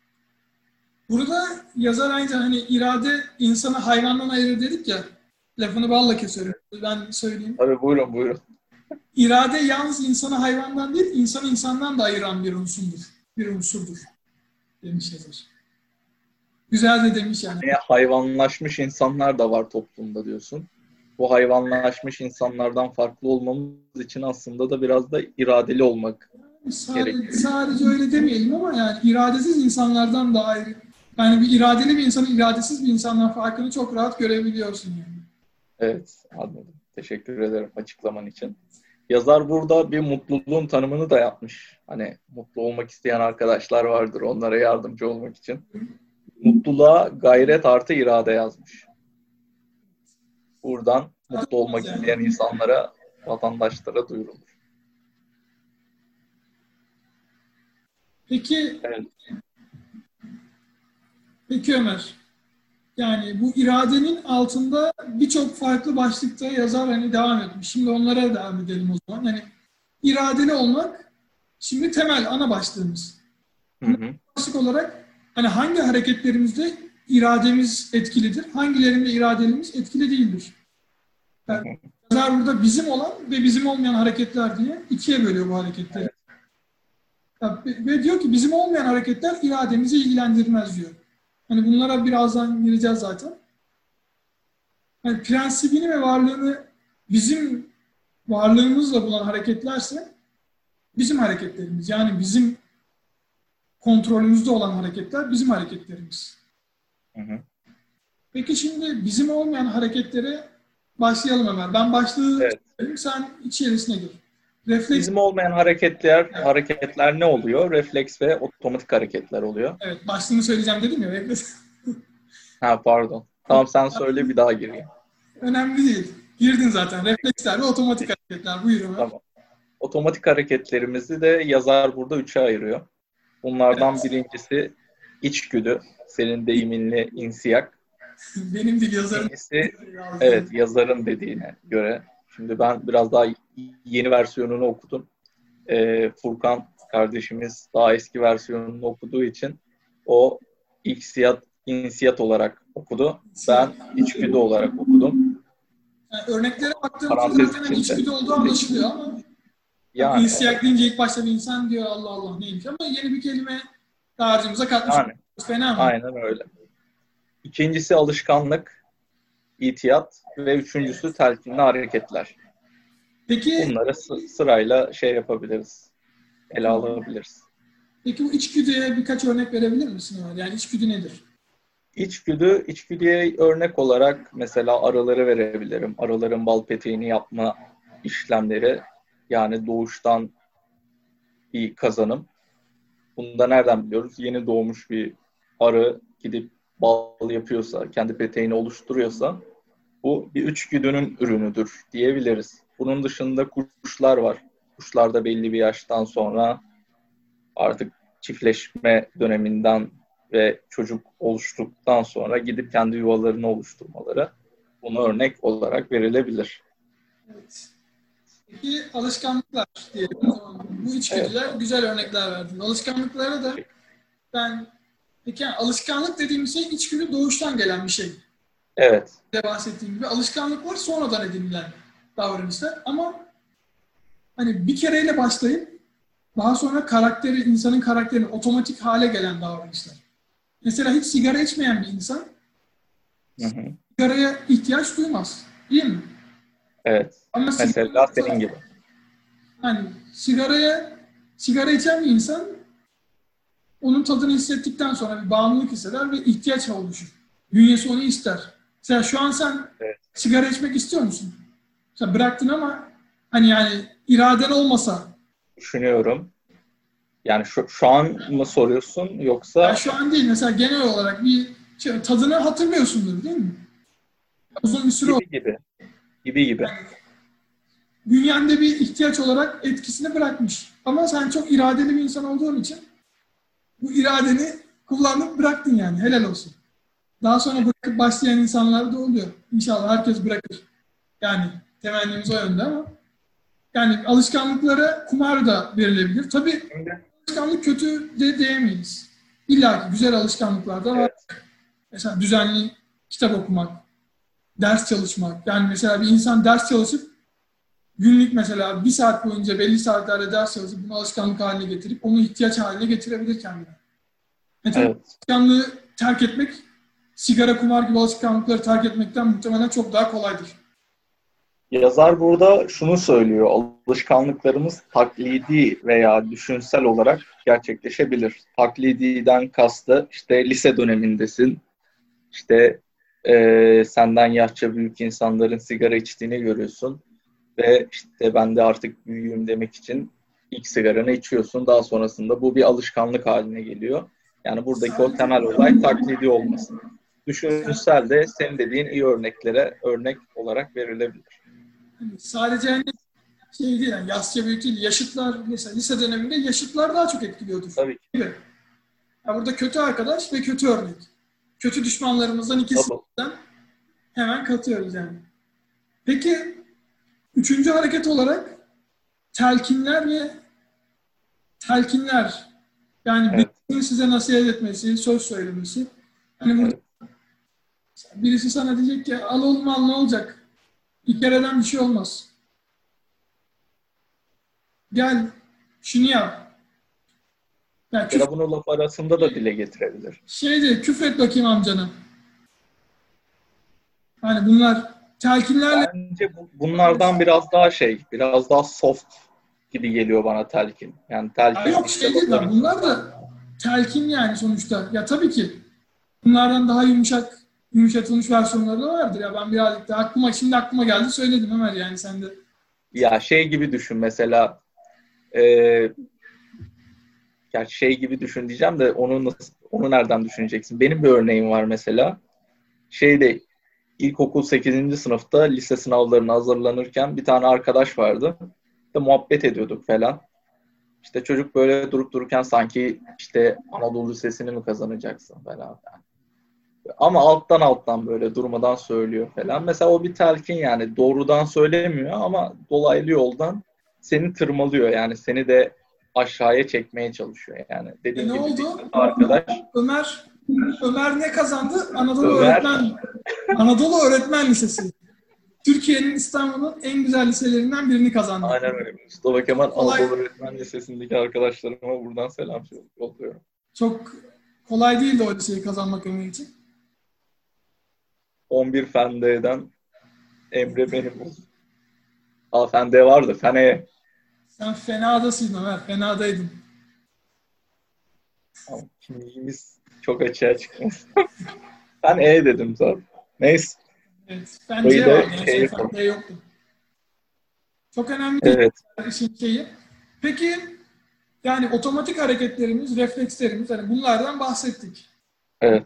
Burada yazar aynı hani irade insanı hayvandan ayırır dedik ya. Lafını balla kesiyorum. Ben söyleyeyim. Tabii buyurun buyurun. İrade yalnız insanı hayvandan değil, insanı insandan da ayıran bir unsurdur. Bir unsurdur demiş yazar. Güzel de demiş yani. Yani hayvanlaşmış insanlar da var toplumda diyorsun. Bu hayvanlaşmış insanlardan farklı olmamız için aslında da biraz da iradeli olmak Sadece, gerekiyor. sadece öyle demeyelim ama yani iradesiz insanlardan da ayrı. Yani bir iradeli bir insanın iradesiz bir insandan farkını çok rahat görebiliyorsun yani. Evet, anladım. Teşekkür ederim açıklaman için. Yazar burada bir mutluluğun tanımını da yapmış. Hani mutlu olmak isteyen arkadaşlar vardır onlara yardımcı olmak için. Mutluluğa gayret artı irade yazmış. Buradan mutlu olmak isteyen Yani. insanlara, vatandaşlara duyurulur. Peki, Evet. peki Ömer. Yani bu iradenin altında birçok farklı başlıkta yazar hani devam etmiş. Şimdi onlara devam edelim o zaman. Yani iradeli olmak şimdi temel ana başlığımız. Hı hı. Başlık olarak hani hangi hareketlerimizde irademiz etkilidir, hangilerinde irademiz etkili değildir. Hı Yani hı. yazar burada bizim olan ve bizim olmayan hareketler diye ikiye bölüyor bu hareketleri. Evet. Ya, ve diyor ki bizim olmayan hareketler irademizi ilgilendirmez diyor. Hani bunlara birazdan gireceğiz zaten. Yani prensibini ve varlığını bizim varlığımızla bulan hareketlerse bizim hareketlerimiz. Yani bizim kontrolümüzde olan hareketler bizim hareketlerimiz. Hı hı. Peki şimdi bizim olmayan hareketlere başlayalım hemen. Ben başlığı Evet. söyleyeyim, sen içerisine gir. Refleks, Bizim olmayan hareketler, hareketler ne oluyor? Refleks ve otomatik hareketler oluyor. evet başlığını söyleyeceğim dedim ya. Refleks. Ha pardon. Tamam sen söyle bir daha gireyim. Önemli değil. Girdin zaten. Refleksler ve otomatik hareketler. Buyur Ömer. Tamam. Otomatik hareketlerimizi de yazar burada üçe ayırıyor. Bunlardan Evet. birincisi içgüdü. Senin deyiminle insiyak. Benim dil yazarım. İkincisi evet yazarın dediğine göre. Şimdi ben biraz daha yeni versiyonunu okudum. Ee, Furkan kardeşimiz daha eski versiyonunu okuduğu için o iksiyat, insiyat olarak okudu. Ben içgüdü olarak okudum. Yani örneklere baktığımızda Parantez zaten hani içinde. içgüdü olduğu anlaşılıyor ama yani Yani insiyak deyince ilk başta bir insan diyor Allah Allah neymiş ama yeni bir kelime dağarcığımıza katmış. yani Fena mı? aynen öyle. İkincisi alışkanlık, itiyat ve üçüncüsü telkinli hareketler. Peki, Bunları sı- sırayla şey yapabiliriz, ele alabiliriz. peki bu içgüdüye birkaç örnek verebilir misin Ömer? Yani içgüdü nedir? İçgüdü, içgüdüye örnek olarak mesela arıları verebilirim. Arıların bal peteğini yapma işlemleri, yani doğuştan bir kazanım. Bunu da nereden biliyoruz? Yeni doğmuş bir arı gidip bal yapıyorsa, kendi peteğini oluşturuyorsa bu bir içgüdünün ürünüdür diyebiliriz. Bunun dışında kuşlar var. Kuşlar da belli bir yaştan sonra artık çiftleşme döneminden ve çocuk oluştuktan sonra gidip kendi yuvalarını oluşturmaları buna örnek olarak verilebilir. Evet. Peki alışkanlıklar diyelim o zaman. Bu içgüdüler Evet. güzel örnekler verdin. Alışkanlıklara da ben peki yani alışkanlık dediğimiz şey içgüdü doğuştan gelen bir şey. Evet. De bahsettiğim gibi alışkanlıklar sonradan edinilen davranışlar ama hani bir kereyle başlayıp daha sonra karakteri, insanın karakterini otomatik hale gelen davranışlar. Mesela hiç sigara içmeyen bir insan Hı hı. sigaraya ihtiyaç duymaz. Değil mi? Evet. Ama Mesela sigara, senin gibi. hani sigaraya sigara içen bir insan onun tadını hissettikten sonra bir bağımlılık hisseder ve ihtiyaç oluşur. Bünyesi onu ister. Mesela şu an sen Evet. sigara içmek istiyor musun? Sen bıraktın ama hani yani iraden olmasa. Düşünüyorum. Yani şu, şu an mı soruyorsun Yani yoksa şu an değil mesela genel olarak bir şey, tadını hatırlıyorsundur değil mi? Uzun bir süre oldu. gibi gibi gibi gibi. Bünyende bir ihtiyaç olarak etkisini bırakmış. Ama sen çok iradeli bir insan olduğun için bu iradeni kullanıp bıraktın yani. Helal olsun. Daha sonra bırakıp başlayan insanlar da oluyor. İnşallah herkes bırakır. Yani temennimiz o yönde ama yani alışkanlıklara kumar da verilebilir. Tabii Şimdi, alışkanlık kötü de diyemeyiz. İlla ki güzel alışkanlıklar da var. evet. Mesela düzenli kitap okumak, ders çalışmak. Yani mesela bir insan ders çalışıp günlük mesela bir saat boyunca belli saatlerde ders çalışıp bunu alışkanlık haline getirip onu ihtiyaç haline getirebilir kendine. E tabii Evet. alışkanlığı terk etmek, sigara, kumar gibi alışkanlıkları terk etmekten muhtemelen çok daha kolaydır. Yazar burada şunu söylüyor. Alışkanlıklarımız taklidi veya düşünsel olarak gerçekleşebilir. Taklididen kastı işte lise dönemindesin. İşte e, senden yaşça büyük insanların sigara içtiğini görüyorsun. Ve işte ben de artık büyüğüm demek için ilk sigaranı içiyorsun. Daha sonrasında bu bir alışkanlık haline geliyor. Yani buradaki o Sadece, temel olay taklidi olması. yani Düşünsel de senin dediğin iyi örneklere örnek olarak verilebilir. sadece hani şey değil, yani yaşça büyük değil, yaşıtlar mesela lise döneminde yaşıtlar daha çok etkiliyordur. Tabii ki. Gibi. Yani burada kötü arkadaş ve kötü örnek. Kötü düşmanlarımızdan Tabii. ikisinden hemen katıyoruz yani. Peki üçüncü hareket olarak telkinler ve telkinler. Yani Evet, birisinin size nasihat etmesi, söz söylemesi. Hani burada evet. birisi sana diyecek ki al oğlum al ne olacak? Bir kereden bir şey olmaz. Gel şunu yap. Ya Ya küfür, da bunu laf arasında da dile getirebilir. şey de küfret bakayım amcana. Hani bunlar telkinlerle Bence bu, bunlardan biraz daha şey, biraz daha soft gibi geliyor bana telkin. Yani ya telkin yok işte şey değil lan babanın bunlar da telkin yani sonuçta. Ya tabii ki bunlardan daha yumuşak yumuşatılmış versiyonları da vardır. Ya ben birazcık da aklıma şimdi aklıma geldi söyledim Ömer yani sen de. ya şey gibi düşün mesela e, gerçi şey gibi düşün diyeceğim de onu nasıl, onu nereden düşüneceksin? Benim bir örneğim var mesela. Şeyde ilkokul sekizinci sınıfta lise sınavlarına hazırlanırken bir tane arkadaş vardı. İşte muhabbet ediyorduk falan. İşte çocuk böyle durup dururken sanki işte Anadolu Lisesi'ni mi kazanacaksın falan. Ama alttan alttan böyle durmadan söylüyor falan. Mesela o bir telkin yani doğrudan söylemiyor ama dolaylı yoldan seni tırmalıyor yani seni de aşağıya çekmeye çalışıyor yani. E Dediğin ne gibi bir oldu? arkadaş Ömer Ömer ne kazandı? Anadolu Ömer Öğretmen Anadolu Öğretmen Lisesi. Türkiye'nin İstanbul'un en güzel liselerinden birini kazandı. aynen öyle. Mustafa Kemal Kolay Anadolu Öğretmen Lisesi'ndeki arkadaşlarıma buradan selam yolluyorum. çok kolay değildi o liseyi kazanmak Ömer için. on bir Fende'den Emre benim olsun. Aa Fende vardı. Fene. Sen fenadasın Ömer. Fenadaydın. Ama kimliğimiz çok açığa çıkmasın. Ben E dedim zaten. Neyse. Evet. Bence Böyle vardı. En şey son yapalım. Fende yoktu. Çok önemli değil. Evet. işin şeyi. Peki yani otomatik hareketlerimiz, reflekslerimiz hani bunlardan bahsettik. Evet.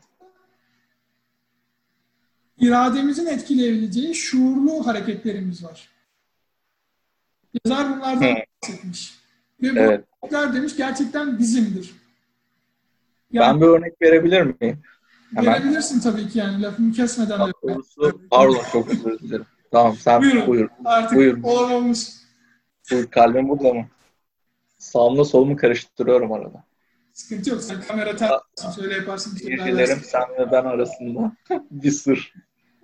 İrademizin etkileyebileceği şuurlu hareketlerimiz var. Yazar Hı, bunlardan bahsetmiş. Ve bu evet. hareketler demiş gerçekten bizimdir. Yani Ben bir örnek verebilir miyim? Hemen. verebilirsin tabii ki yani lafımı kesmeden Daha de. doğrusu pardon çok özür dilerim. Tamam sen Buyurun. buyur. Artık Buyur. olan olmuş. Buyur. Kalbim burada mı? Sağımla solumu karıştırıyorum arada. Sıkıntı yok. Sen kamera Ya, tersin. Şöyle yaparsın. Bir şey daha seyircilerim dersin. sen ve ben arasında bir sır.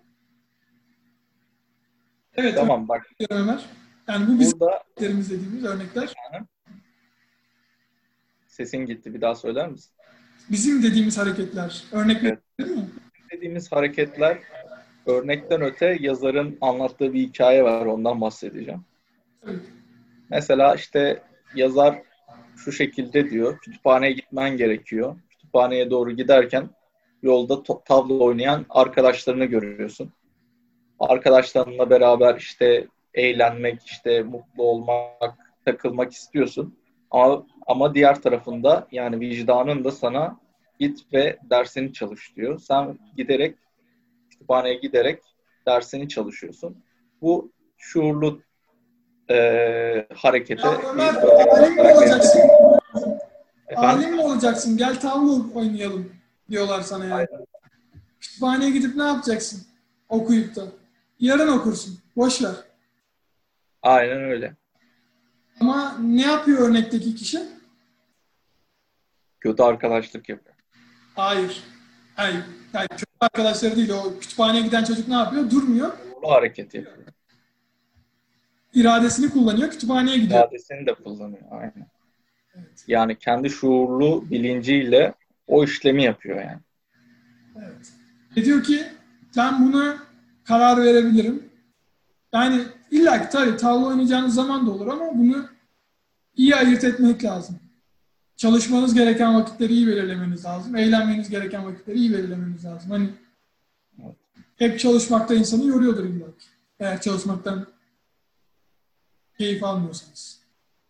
Evet. Tamam bak. Örnek Ömer. Yani bu bizim Burada hareketlerimiz dediğimiz örnekler. sesin gitti. Bir daha söyler misin? Bizim dediğimiz hareketler. Örnekler Evet. değil mi? Dediğimiz hareketler örnekten öte yazarın anlattığı bir hikaye var. Ondan bahsedeceğim. Evet. Mesela işte yazar şu şekilde diyor. Kütüphaneye gitmen gerekiyor. Kütüphaneye doğru giderken yolda to- tavla oynayan arkadaşlarını görüyorsun. Arkadaşlarınla beraber işte eğlenmek, işte mutlu olmak, takılmak istiyorsun. Ama, ama diğer tarafında yani vicdanın da sana git ve dersini çalış diyor. Sen giderek, kütüphaneye giderek dersini çalışıyorsun. Bu şuurlu e, harekete Ya bir Ömer, örnek alim mi olarak olacaksın? verebilirim. Efendim? Alim mi olacaksın? Gel tavla oynayalım diyorlar sana yani. Aynen, Kütüphaneye gidip ne yapacaksın? Okuyup da. Yarın okursun. Boş ver. aynen öyle. Ama ne yapıyor örnekteki kişi? Kötü arkadaşlık yapıyor. Hayır. Hayır. Yani kötü arkadaşları değil. O kütüphaneye giden çocuk ne yapıyor? Durmuyor. Şuurlu hareket yapıyor. İradesini kullanıyor. Kütüphaneye gidiyor. İradesini de kullanıyor. Aynen. Evet. Yani kendi şuurlu bilinciyle o işlemi yapıyor yani. Evet. Ve diyor ki ben buna karar verebilirim. Yani illa ki tabii tavla oynayacağınız zaman da olur ama bunu iyi ayırt etmek lazım. Çalışmanız gereken vakitleri iyi belirlemeniz lazım. Eğlenmeniz gereken vakitleri iyi belirlemeniz lazım. Hani hep çalışmakta insanı yoruyordur illa ki. Eğer çalışmaktan keyif almıyorsanız.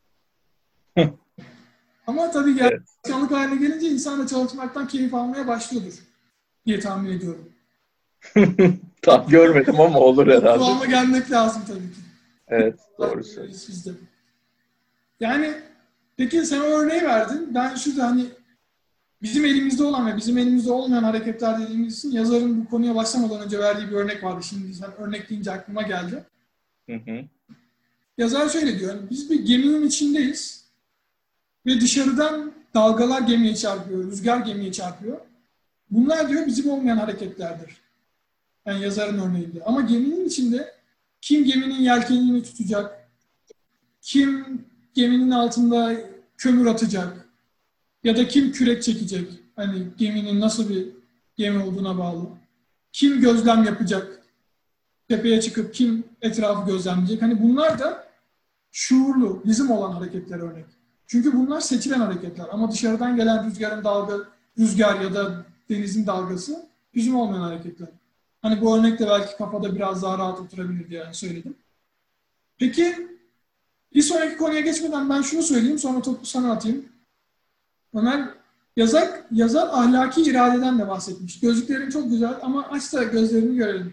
Ama tabii Evet. gerçekçilik haline gelince insan da çalışmaktan keyif almaya başlıyordur diye tahmin ediyorum. Tam görmedim ama olur O herhalde. kıvama gelmek lazım tabii ki. Evet, doğru söylüyorsun. Biz de. Yani peki sen o örneği verdin. Ben şurada hani bizim elimizde olan ve bizim elimizde olmayan hareketler dediğimiz için yazarın bu konuya başlamadan önce verdiği bir örnek vardı. Şimdi sen örnek deyince aklıma geldi. Hı hı. Yazar şöyle diyor. Yani biz bir geminin içindeyiz ve dışarıdan dalgalar gemiye çarpıyor, rüzgar gemiye çarpıyor. Bunlar diyor bizim olmayan hareketlerdir. Yani yazarın örneğinde. Ama geminin içinde kim geminin yelkenini tutacak, kim geminin altında kömür atacak ya da kim kürek çekecek. Hani geminin nasıl bir gemi olduğuna bağlı. Kim gözlem yapacak, tepeye çıkıp kim etrafı gözlemleyecek. Hani bunlar da şuurlu, bizim olan hareketler örnek. Çünkü bunlar seçilen hareketler. Ama dışarıdan gelen rüzgarın dalga, rüzgar ya da denizin dalgası bizim olmayan hareketler. Hani bu örnek de belki kafada biraz daha rahat oturabilir diye yani söyledim. Peki bir sonraki konuya geçmeden ben şunu söyleyeyim, sonra topu sana atayım. Ömer, yazar, yazar ahlaki iradeden de bahsetmiş. Gözlüklerin çok güzel ama aç da gözlerini görelim.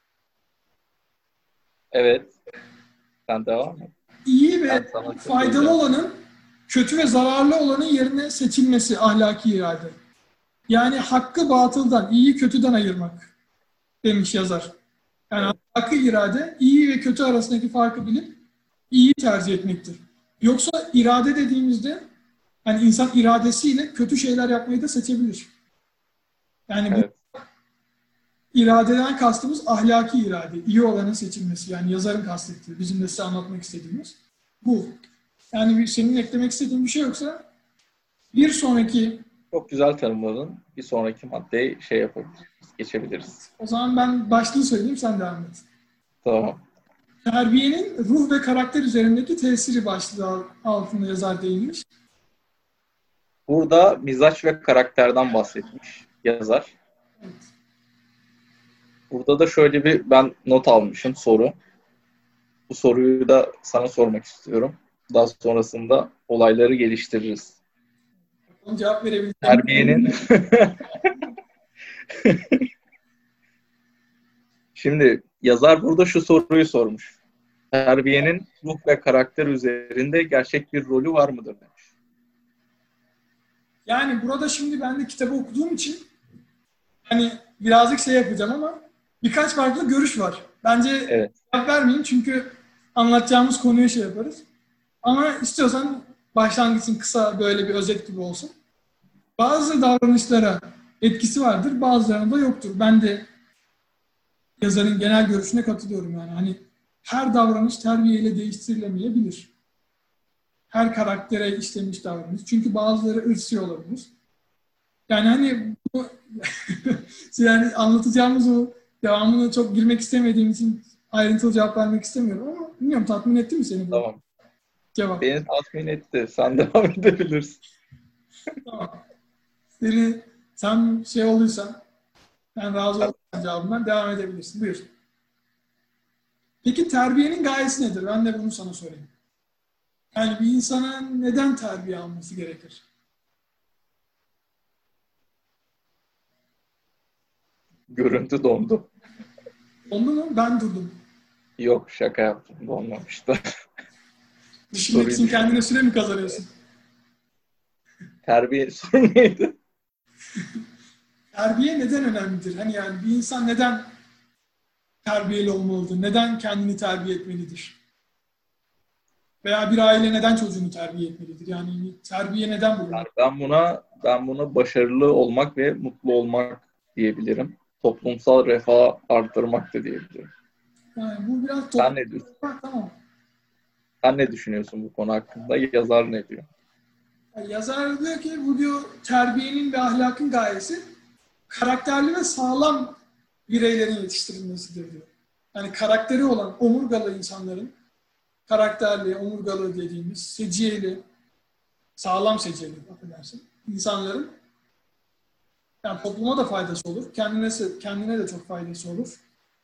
Evet. Sen devam et. İyi Ben ve sana faydalı katılacağım. olanın kötü ve zararlı olanın yerine seçilmesi ahlaki irade. Yani hakkı batıldan, iyiyi kötüden ayırmak demiş yazar. Yani Evet. hakkı irade, iyi ve kötü arasındaki farkı bilip iyiyi tercih etmektir. Yoksa irade dediğimizde hani insan iradesiyle kötü şeyler yapmayı da seçebilir. Yani bu Evet. iradeden kastımız ahlaki irade, iyi olanın seçilmesi. Yani yazarın kastettiği, bizim de size anlatmak istediğimiz bu. Yani bir- senin eklemek istediğin bir şey yoksa bir sonraki Çok güzel tanımladın. Bir sonraki maddeyi şey yapabiliriz. geçebiliriz. O zaman ben başlığı söyleyeyim, sen devam et. Tamam. Terbiyenin ruh ve karakter üzerindeki tesiri başlığı altında yazar değinmiş. Burada mizaç ve karakterden bahsetmiş yazar. Evet. Burada da şöyle bir ben not almışım soru. Bu soruyu da sana sormak istiyorum. Daha sonrasında olayları geliştiririz. Onun cevap verebileceğim. Terbiyenin Şimdi yazar burada şu soruyu sormuş. Terbiyenin ruh ve karakter üzerinde gerçek bir rolü var mıdır demiş. Yani burada şimdi ben de kitabı okuduğum için hani birazcık şey yapacağım ama birkaç farklı görüş var. Bence Evet. cevap vermeyeyim çünkü anlatacağımız konuyu şey yaparız. Ama istiyorsan başlangıç için kısa böyle bir özet gibi olsun. Bazı davranışlara etkisi vardır, bazılarına da yoktur. Ben de yazarın genel görüşüne katılıyorum yani. Hani her davranış terbiyeyle değiştirilemeyebilir. Her karaktere işlemiş davranış. Çünkü bazıları ırsi olabilir. Yani hani bu yani anlatacağımız o devamını çok girmek istemediğim için ayrıntılı cevap vermek istemiyorum ama bilmiyorum, tatmin etti mi seni bu Tamam. cevap? Beni tatmin etti. Sen devam edebilirsin. Tamam. Seni, sen şey olduysan, ben razı olursan cevabından devam edebilirsin. Buyur. Peki terbiyenin gayesi nedir? Ben de bunu sana sorayım. Yani bir insana neden terbiye alması gerekir? Görüntü dondu. Dondu mu? Ben durdum. Yok, şaka yaptım. Donmamıştı. Düşünmek için kendine süre mi kazanıyorsun? Terbiye soru neydi? Terbiye neden önemlidir? Hani yani bir insan neden terbiyeli olmalıdır? Neden kendini terbiye etmelidir? Veya bir aile neden çocuğunu terbiye etmelidir? Yani terbiye neden bulunur? Yani ben buna ben buna başarılı olmak ve mutlu olmak diyebilirim. Toplumsal refah arttırmak da diyebilirim. Yani bu biraz Sen toplum... ne diyorsun? Tamam. Sen ne düşünüyorsun bu konu hakkında? Yazar ne diyor? Yani yazar diyor ki bu diyor terbiyenin ve ahlakın gayesi karakterli ve sağlam bireylerin yetiştirilmesidir diyor. Yani karakteri olan omurgalı insanların, karakterli, omurgalı dediğimiz seciyeli, sağlam seciyeli affedersin, insanların yani topluma da faydası olur, kendine, kendine de çok faydası olur.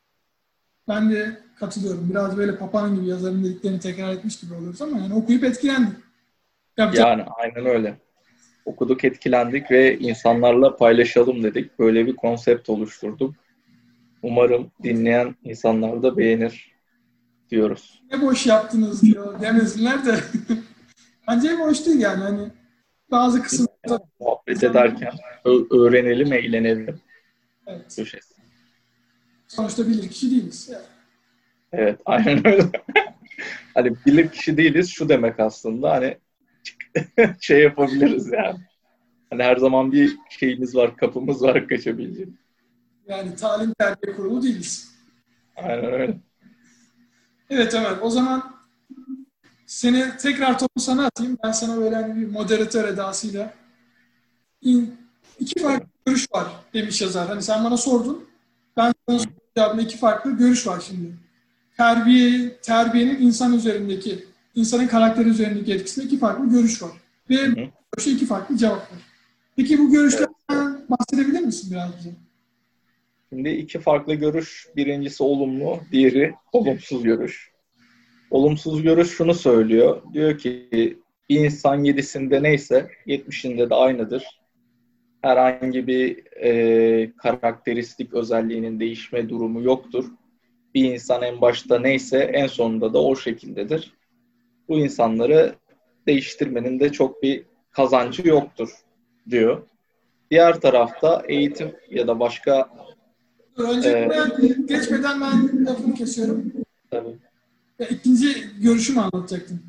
Ben de katılıyorum. Biraz böyle papağan gibi yazarın dediklerini tekrar etmiş gibi oluyoruz ama yani okuyup etkilendik. Yapacak. Yani aynen öyle. Okuduk, etkilendik ve insanlarla paylaşalım dedik. Böyle bir konsept oluşturduk. Umarım dinleyen insanlar da beğenir diyoruz. Ne boş yaptınız diyor demesinler de. Bence boş değil yani. Hani bazı kısımlarda Muhabbet ederken ö- öğrenelim, eğlenelim. evet. Köşesi. Sonuçta bilir kişi değiliz. Yani. Evet, aynen öyle. Hani bilir kişi değiliz şu demek aslında. Hani şey yapabiliriz yani. Hani her zaman bir şeyimiz var, kapımız var kaçabileceğimiz. Yani talim terbiye kurulu değiliz. Aynen öyle. Evet Ömer, o zaman seni tekrar topu sana atayım. Ben sana böyle hani bir moderatör edasıyla in, iki farklı görüş var demiş yazar. Hani sen bana sordun. Ben sana cevabında iki farklı görüş var şimdi. Terbiye, terbiyenin insan üzerindeki, insanın karakteri üzerindeki etkisinde iki farklı görüş var. Ve bu görüşte iki farklı cevap var. Peki bu görüşlerden evet. bahsedebilir misin biraz bize? Şimdi iki farklı görüş. Birincisi olumlu, diğeri olumsuz görüş. Olumsuz görüş şunu söylüyor. Diyor ki bir insan yedisinde neyse yetmişinde de aynıdır. Herhangi bir e, karakteristik özelliğinin değişme durumu yoktur. Bir insan en başta neyse en sonunda da o şekildedir. Bu insanları değiştirmenin de çok bir kazancı yoktur diyor. Diğer tarafta eğitim ya da başka... Öncelikle e, geçmeden ben lafını kesiyorum. Tabii. Ya, ikinci görüşümü anlatacaktım.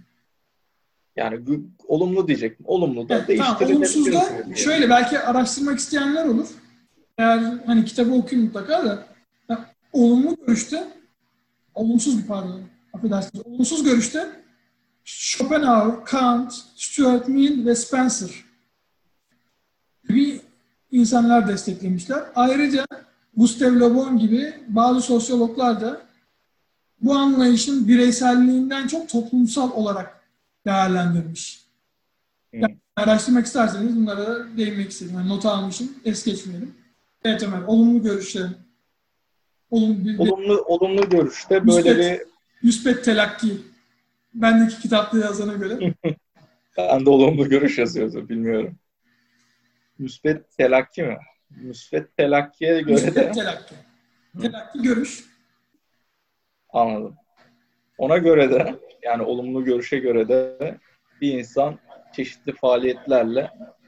Yani olumlu diyecektim. Olumlu da Evet, değiştirilebilir. Tamam, olumsuz da şöyle belki araştırmak isteyenler olur. Eğer hani kitabı okuyun mutlaka da ya, olumlu görüşte olumsuz bir pardon affedersiniz. Olumsuz görüşte Schopenhauer, Kant, Stuart Mill ve Spencer gibi insanlar desteklemişler. Ayrıca Gustave Le Bon gibi bazı sosyologlar da bu anlayışın bireyselliğinden çok toplumsal olarak değerlendirmiş. Yani araştırmak isterseniz bunlara da değinmek istedim. Yani not almışım, es geçmeyelim. Evet Ömer, olumlu görüşlerin. Olumlu, bir, Olumlu, olumlu görüşte böyle müspet, bir... müspet telakki. Bendeki kitapta yazana göre. Ben de olumlu görüş yazıyordu, bilmiyorum. Müspet telakki mi? Müspet telakkiye göre Müspet de... telakki. Telakki görüş. Anladım. Ona göre de, yani olumlu görüşe göre de bir insan çeşitli faaliyetlerle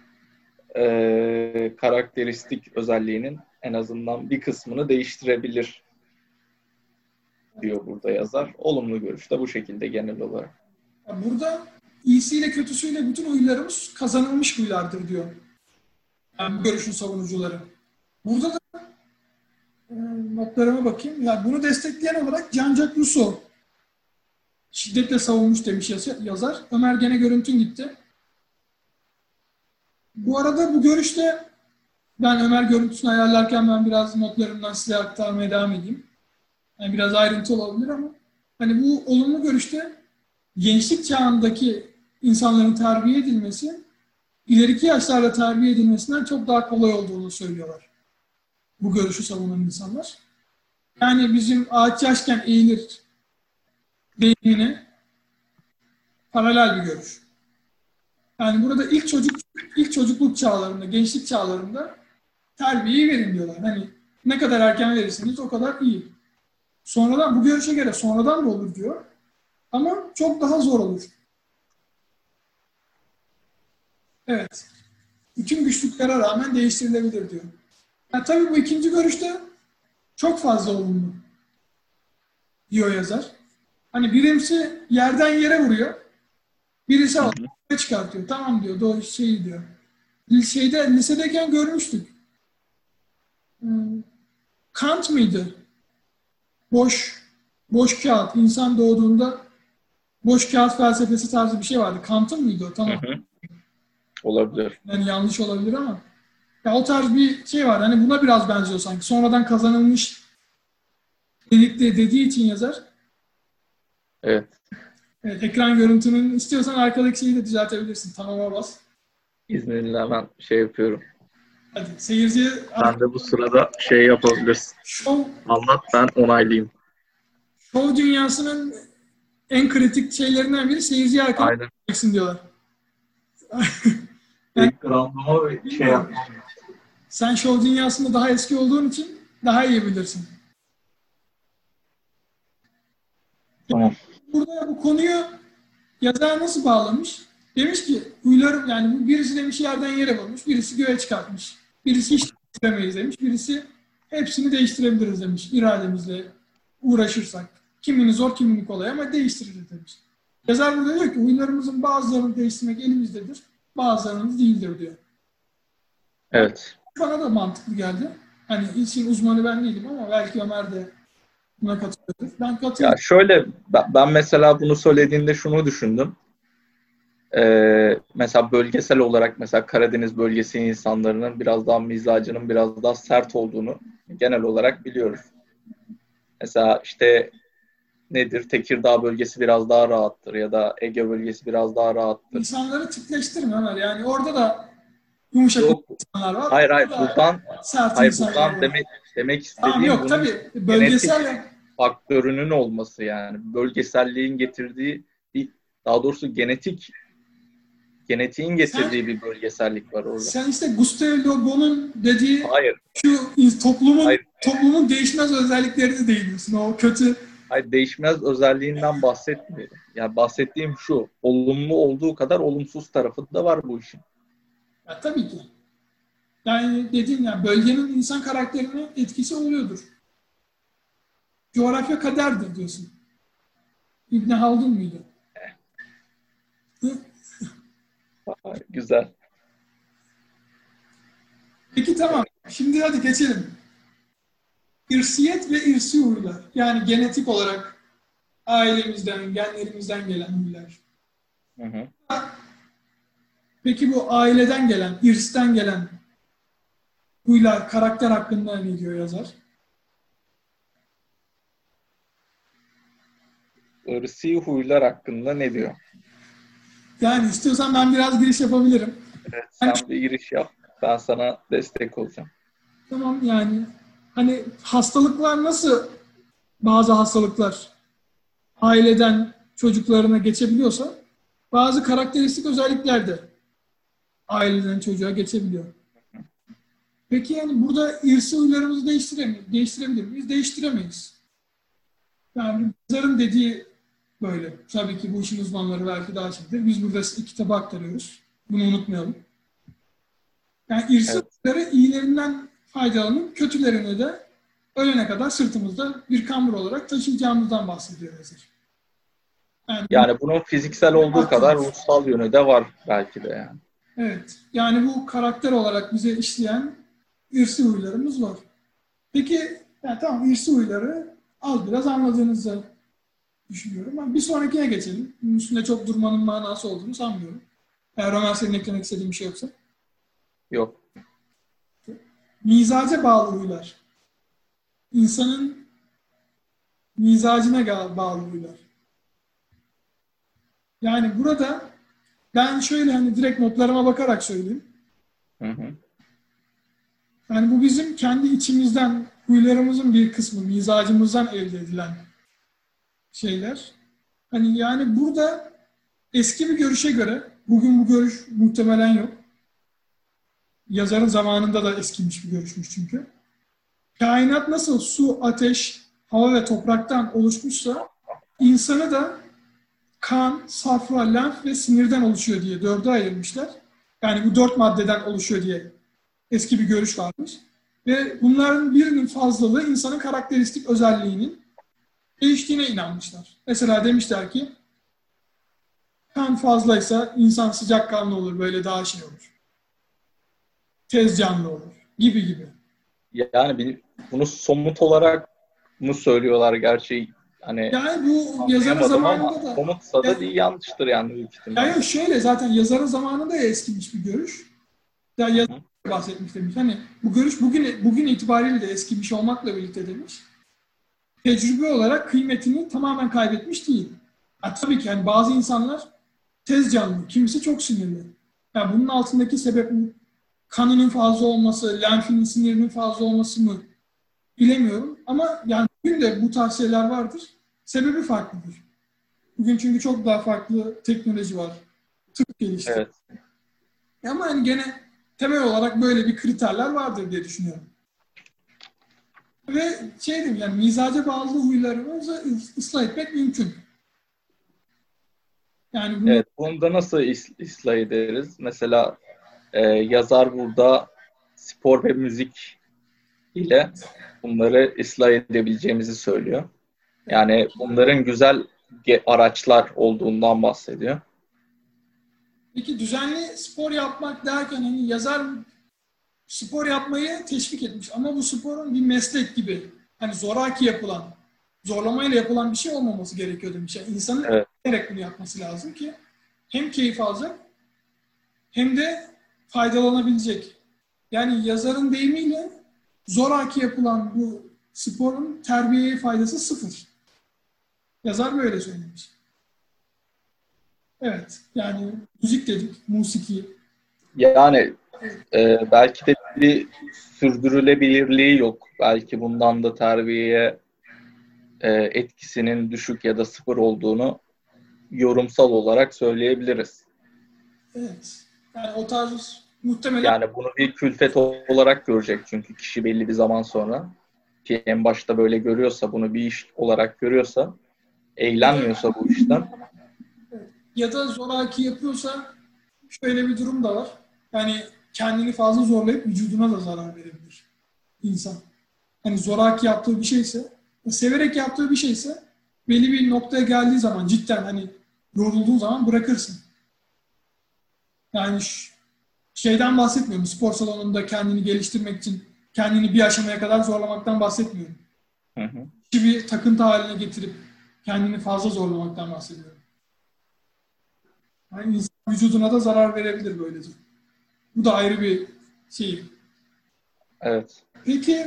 e, karakteristik özelliğinin en azından bir kısmını değiştirebilir diyor burada yazar. Olumlu görüş de bu şekilde genel olarak. Burada iyisiyle kötüsüyle bütün huylarımız kazanılmış huylardır diyor. Yani bu görüşün savunucuları. Burada da e, notlarıma bakayım. Yani bunu destekleyen olarak Jean-Jacques Rousseau şiddetle savunmuş demiş yazar. Ömer gene görüntün gitti. Bu arada bu görüşte ben Ömer görüntüsünü ayarlarken ben biraz notlarımdan size aktarmaya devam edeyim. Yani biraz ayrıntı olabilir ama hani bu olumlu görüşte gençlik çağındaki insanların terbiye edilmesi ileriki yaşlarda terbiye edilmesinden çok daha kolay olduğunu söylüyorlar. Bu görüşü savunan insanlar. Yani bizim ağaç yaşken eğilir deyimine paralel bir görüş. Yani burada ilk çocuk ilk çocukluk çağlarında, gençlik çağlarında terbiyeyi verin diyorlar. Hani ne kadar erken verirseniz o kadar iyi. Sonradan bu görüşe göre sonradan da olur diyor. Ama çok daha zor olur. Evet. Bütün güçlüklere rağmen değiştirilebilir diyor. Yani tabii bu ikinci görüşte çok fazla olumlu diyor yazar. Hani birisi yerden yere vuruyor. Birisi ortaya çıkartıyor. Tamam diyor. Doğru şeyi diyor. Şeyde, lisedeyken görmüştük. Kant mıydı? Boş, boş kağıt. İnsan doğduğunda boş kağıt felsefesi tarzı bir şey vardı. Kant'ın mıydı o? Tamam. Hı hı. Olabilir. Yani yanlış olabilir ama. Ya o tarz bir şey var. Hani buna biraz benziyor sanki. Sonradan kazanılmış dedikleri dediği için yazar. Evet. Evet, ekran görüntünün istiyorsan arkadaki şeyi de düzeltebilirsin. Tamama bas. İzninle hemen şey yapıyorum. Hadi seyirciye... Sen de bu sırada şey yapabilirsin. Show, Anlat, ben onaylayayım. show dünyasının en kritik şeylerinden biri seyirciye arkana Aynen. gideceksin diyorlar. Yani, Background'uma bir şey yapmam. sen show dünyasında daha eski olduğun için daha iyi bilirsin. Tamam. Burada bu konuyu yazar nasıl bağlamış? Demiş ki huylarım yani bu birisi demiş yerden yere vurmuş, birisi göğe çıkartmış. Birisi hiç değiştiremeyiz demiş, birisi hepsini değiştirebiliriz demiş irademizle uğraşırsak. Kimini zor, kimini kolay ama değiştiririz demiş. Yazar burada diyor ki huylarımızın bazılarını değiştirmek elimizdedir, bazılarını değildir diyor. Evet. Bana da mantıklı geldi. Hani işin uzmanı ben değilim ama belki Ömer de buna katılıyordur. Ben katılıyorum. Ya şöyle, ben mesela bunu söylediğinde şunu düşündüm. Ee, mesela bölgesel olarak mesela Karadeniz bölgesi insanların biraz daha mizacının biraz daha sert olduğunu genel olarak biliyoruz. Mesela işte nedir? Tekirdağ bölgesi biraz daha rahattır ya da Ege bölgesi biraz daha rahattır. İnsanları tipleştirme Ömer. Yani orada da yumuşak Yok. insanlar var. Hayır hayır orada buradan sert hayır insanlar buradan var. demek demek istediğim Tamam yok bunun tabii bölgesel genetik faktörünün olması yani bölgeselliğin getirdiği bir daha doğrusu genetik genetiğin getirdiği sen, bir bölgesellik var orada. sen işte Gustave Le Bon'un dediği Hayır. şu toplumun Hayır. toplumun değişmez özelliklerini değiniyorsun. O kötü. Hayır, değişmez özelliğinden bahsetmiyorum. Yani bahsettiğim şu, olumlu olduğu kadar olumsuz tarafı da var bu işin. Ya tabii ki. Yani dediğin ya bölgenin insan karakterine etkisi oluyordur. Coğrafya kaderdir diyorsun. İbn Haldun muydu? Güzel. Peki tamam. Şimdi hadi geçelim. İrsiyet ve irsi huylar. Yani genetik olarak ailemizden, genlerimizden gelen huylar. Hı hı. Peki bu aileden gelen, irsten gelen huylar, karakter hakkında ne diyor yazar? Irsi huylar hakkında ne diyor? Yani istiyorsan ben biraz giriş yapabilirim. Evet, Yani, sen bir giriş yap. Ben sana destek olacağım. tamam yani hani hastalıklar nasıl, bazı hastalıklar aileden çocuklarına geçebiliyorsa bazı karakteristik özellikler de aileden çocuğa geçebiliyor. Peki yani burada irsi huylarımızı değiştiremeyiz, değiştirebilir miyiz? Değiştiremeyiz. Yani yazarın dediği böyle. Tabii ki bu işin uzmanları belki daha şeydir. Biz burada kitabı aktarıyoruz. Bunu unutmayalım. Yani irsi Evet. huyları iyilerinden faydalanıp kötülerini de ölene kadar sırtımızda bir kambur olarak taşıyacağımızdan bahsediyor yazar. Yani, Yani bunun fiziksel olduğu kadar ruhsal yönü de var belki de yani. evet. Yani bu karakter olarak bize işleyen irsi huylarımız var. Peki yani tamam, irsi huyları az biraz anladığınızı düşünüyorum. Ben bir sonrakine geçelim. Bunun üstünde çok durmanın manası olduğunu sanmıyorum. Eğer Ömer senin eklemek istediğin bir şey yoksa. Yok. Mizaca bağlı huylar. İnsanın mizacına bağlı huylar. Yani burada ben şöyle hani direkt notlarıma bakarak söyleyeyim. Hı hı. Yani bu bizim kendi içimizden, huylarımızın bir kısmı, mizacımızdan elde edilen şeyler. Hani yani burada eski bir görüşe göre, bugün bu görüş muhtemelen yok. Yazarın zamanında da eskimiş bir görüşmüş çünkü. Kainat nasıl su, ateş, hava ve topraktan oluşmuşsa, insanı da kan, safra, lenf ve sinirden oluşuyor diye dörde ayırmışlar. Yani bu dört maddeden oluşuyor diye eski bir görüş varmış. Ve bunların birinin fazlalığı insanın karakteristik özelliğinin değiştiğine inanmışlar. Mesela demişler ki kan fazlaysa insan sıcakkanlı olur, böyle daha şey olur. Tez canlı olur gibi gibi. Yani bir- bunu somut olarak mı söylüyorlar gerçi? Hani Yani bu yazarın anlayamadım ama zamanında da somutsa da ya, değil, yanlıştır yani büyük ihtimalle. yani şöyle zaten yazarın zamanında ya eskimiş bir görüş. Ya Hı yazar hı. bahsetmiş demiş. Hani bu görüş bugün bugün itibariyle de eskimiş olmakla birlikte demiş. Tecrübe olarak kıymetini tamamen kaybetmiş değil. Ya tabii ki yani bazı insanlar tez canlı, kimisi çok sinirli. Yani bunun altındaki sebep kanının fazla olması, lenfinin, sinirinin fazla olması mı bilemiyorum. Ama yani bugün de bu tarz şeyler vardır. Sebebi farklıdır. Bugün çünkü çok daha farklı teknoloji var. Tıp gelişti. Evet. Ama hani gene temel olarak böyle bir kriterler vardır diye düşünüyorum. Ve şey diyeyim yani mizaca bağlı huylarımızı ıslah etmek mümkün. Yani bunu Evet. Bunu da nasıl is- ıslah ederiz? Mesela e, yazar burada spor ve müzik ile bunları ıslah edebileceğimizi söylüyor. Yani bunların güzel ge- araçlar olduğundan bahsediyor. peki düzenli spor yapmak derken hani yazar spor yapmayı teşvik etmiş ama bu sporun bir meslek gibi hani zoraki yapılan, zorlamayla yapılan bir şey olmaması gerekiyor demiş. Yani insanın Evet. isteyerek bunu yapması lazım ki hem keyif alacak hem de faydalanabilecek. Yani yazarın deyimiyle zoraki yapılan bu sporun terbiyeye faydası sıfır. Yazar böyle söylemiş. Evet, yani müzik dedik, musiki. Yani e, belki de bir sürdürülebilirliği yok. Belki bundan da terbiyeye e, etkisinin düşük ya da sıfır olduğunu yorumsal olarak söyleyebiliriz. Evet, yani o tarz muhtemelen Yani bunu bir külfet olarak görecek çünkü kişi belli bir zaman sonra, ki en başta böyle görüyorsa, bunu bir iş olarak görüyorsa, ya da, eğlenmiyorsa bu işten. evet, ya da zoraki yapıyorsa şöyle bir durum da var. Yani kendini fazla zorlayıp vücuduna da zarar verebilir insan. Hani zoraki yaptığı bir şeyse, severek yaptığı bir şeyse belli bir noktaya geldiği zaman cidden hani yorulduğun zaman bırakırsın. Yani şeyden bahsetmiyorum. Spor salonunda kendini geliştirmek için kendini bir aşamaya kadar zorlamaktan bahsetmiyorum. Hı hı. Bir takıntı haline getirip kendini fazla zorlamaktan bahsediyorum. Yani insan vücuduna da zarar verebilir böylece. Bu da ayrı bir şey. Evet. Peki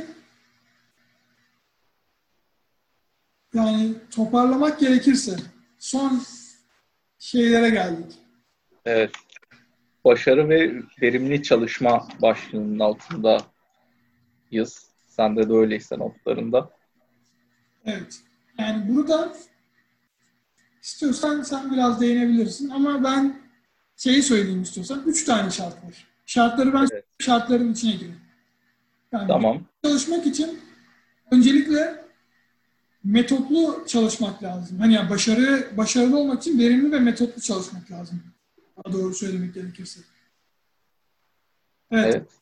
yani toparlamak gerekirse son şeylere geldik. Evet. Başarı ve verimli çalışma başlığının altındayız. Sende de öyleyse notlarında. Evet. Yani burada istiyorsan sen biraz değinebilirsin ama ben şeyi söyleyeyim istiyorsan. Üç tane şart var. Şartları ben Evet. şartların içine gireyim. Yani Tamam. çalışmak için öncelikle metotlu çalışmak lazım. Hani yani başarı başarılı olmak için verimli ve metotlu çalışmak lazım. Daha doğru söylemek gerekirse. Evet. Evet.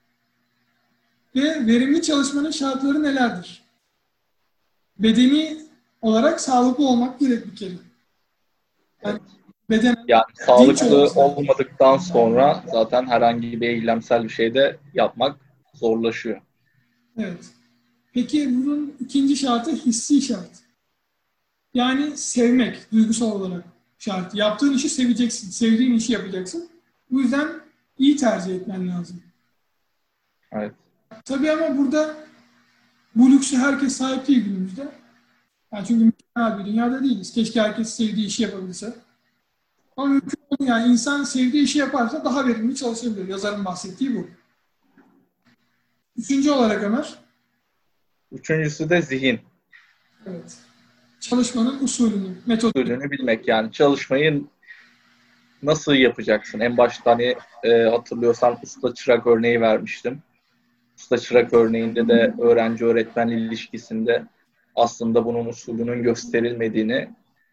Ve verimli çalışmanın şartları nelerdir? Bedeni olarak sağlıklı olmak gerek bir kere. Yani Evet. beden Yani dinç sağlıklı olması lazım. olmadıktan sonra zaten herhangi bir eylemsel bir şey de yapmak zorlaşıyor. Evet. Peki bunun ikinci şartı hissi şart. Yani sevmek, duygusal olarak şart. Yaptığın işi seveceksin. Sevdiğin işi yapacaksın. Bu yüzden iyi tercih etmen lazım. Evet. Tabii ama burada bu lüksü herkes sahip değil günümüzde. Yani çünkü mükemmel bir dünyada değiliz. Keşke herkes sevdiği işi yapabilse. Ama mümkün değil. Yani insan sevdiği işi yaparsa daha verimli çalışabilir. Yazarın bahsettiği bu. Üçüncü olarak Ömer, Üçüncüsü de zihin. evet, çalışmanın usulünü, metodunu. Usulünü bilmek, yani çalışmayı nasıl yapacaksın? En başta hani e, hatırlıyorsan usta çırak örneği vermiştim. Usta çırak örneğinde de öğrenci öğretmen ilişkisinde aslında bunun usulünün gösterilmediğini,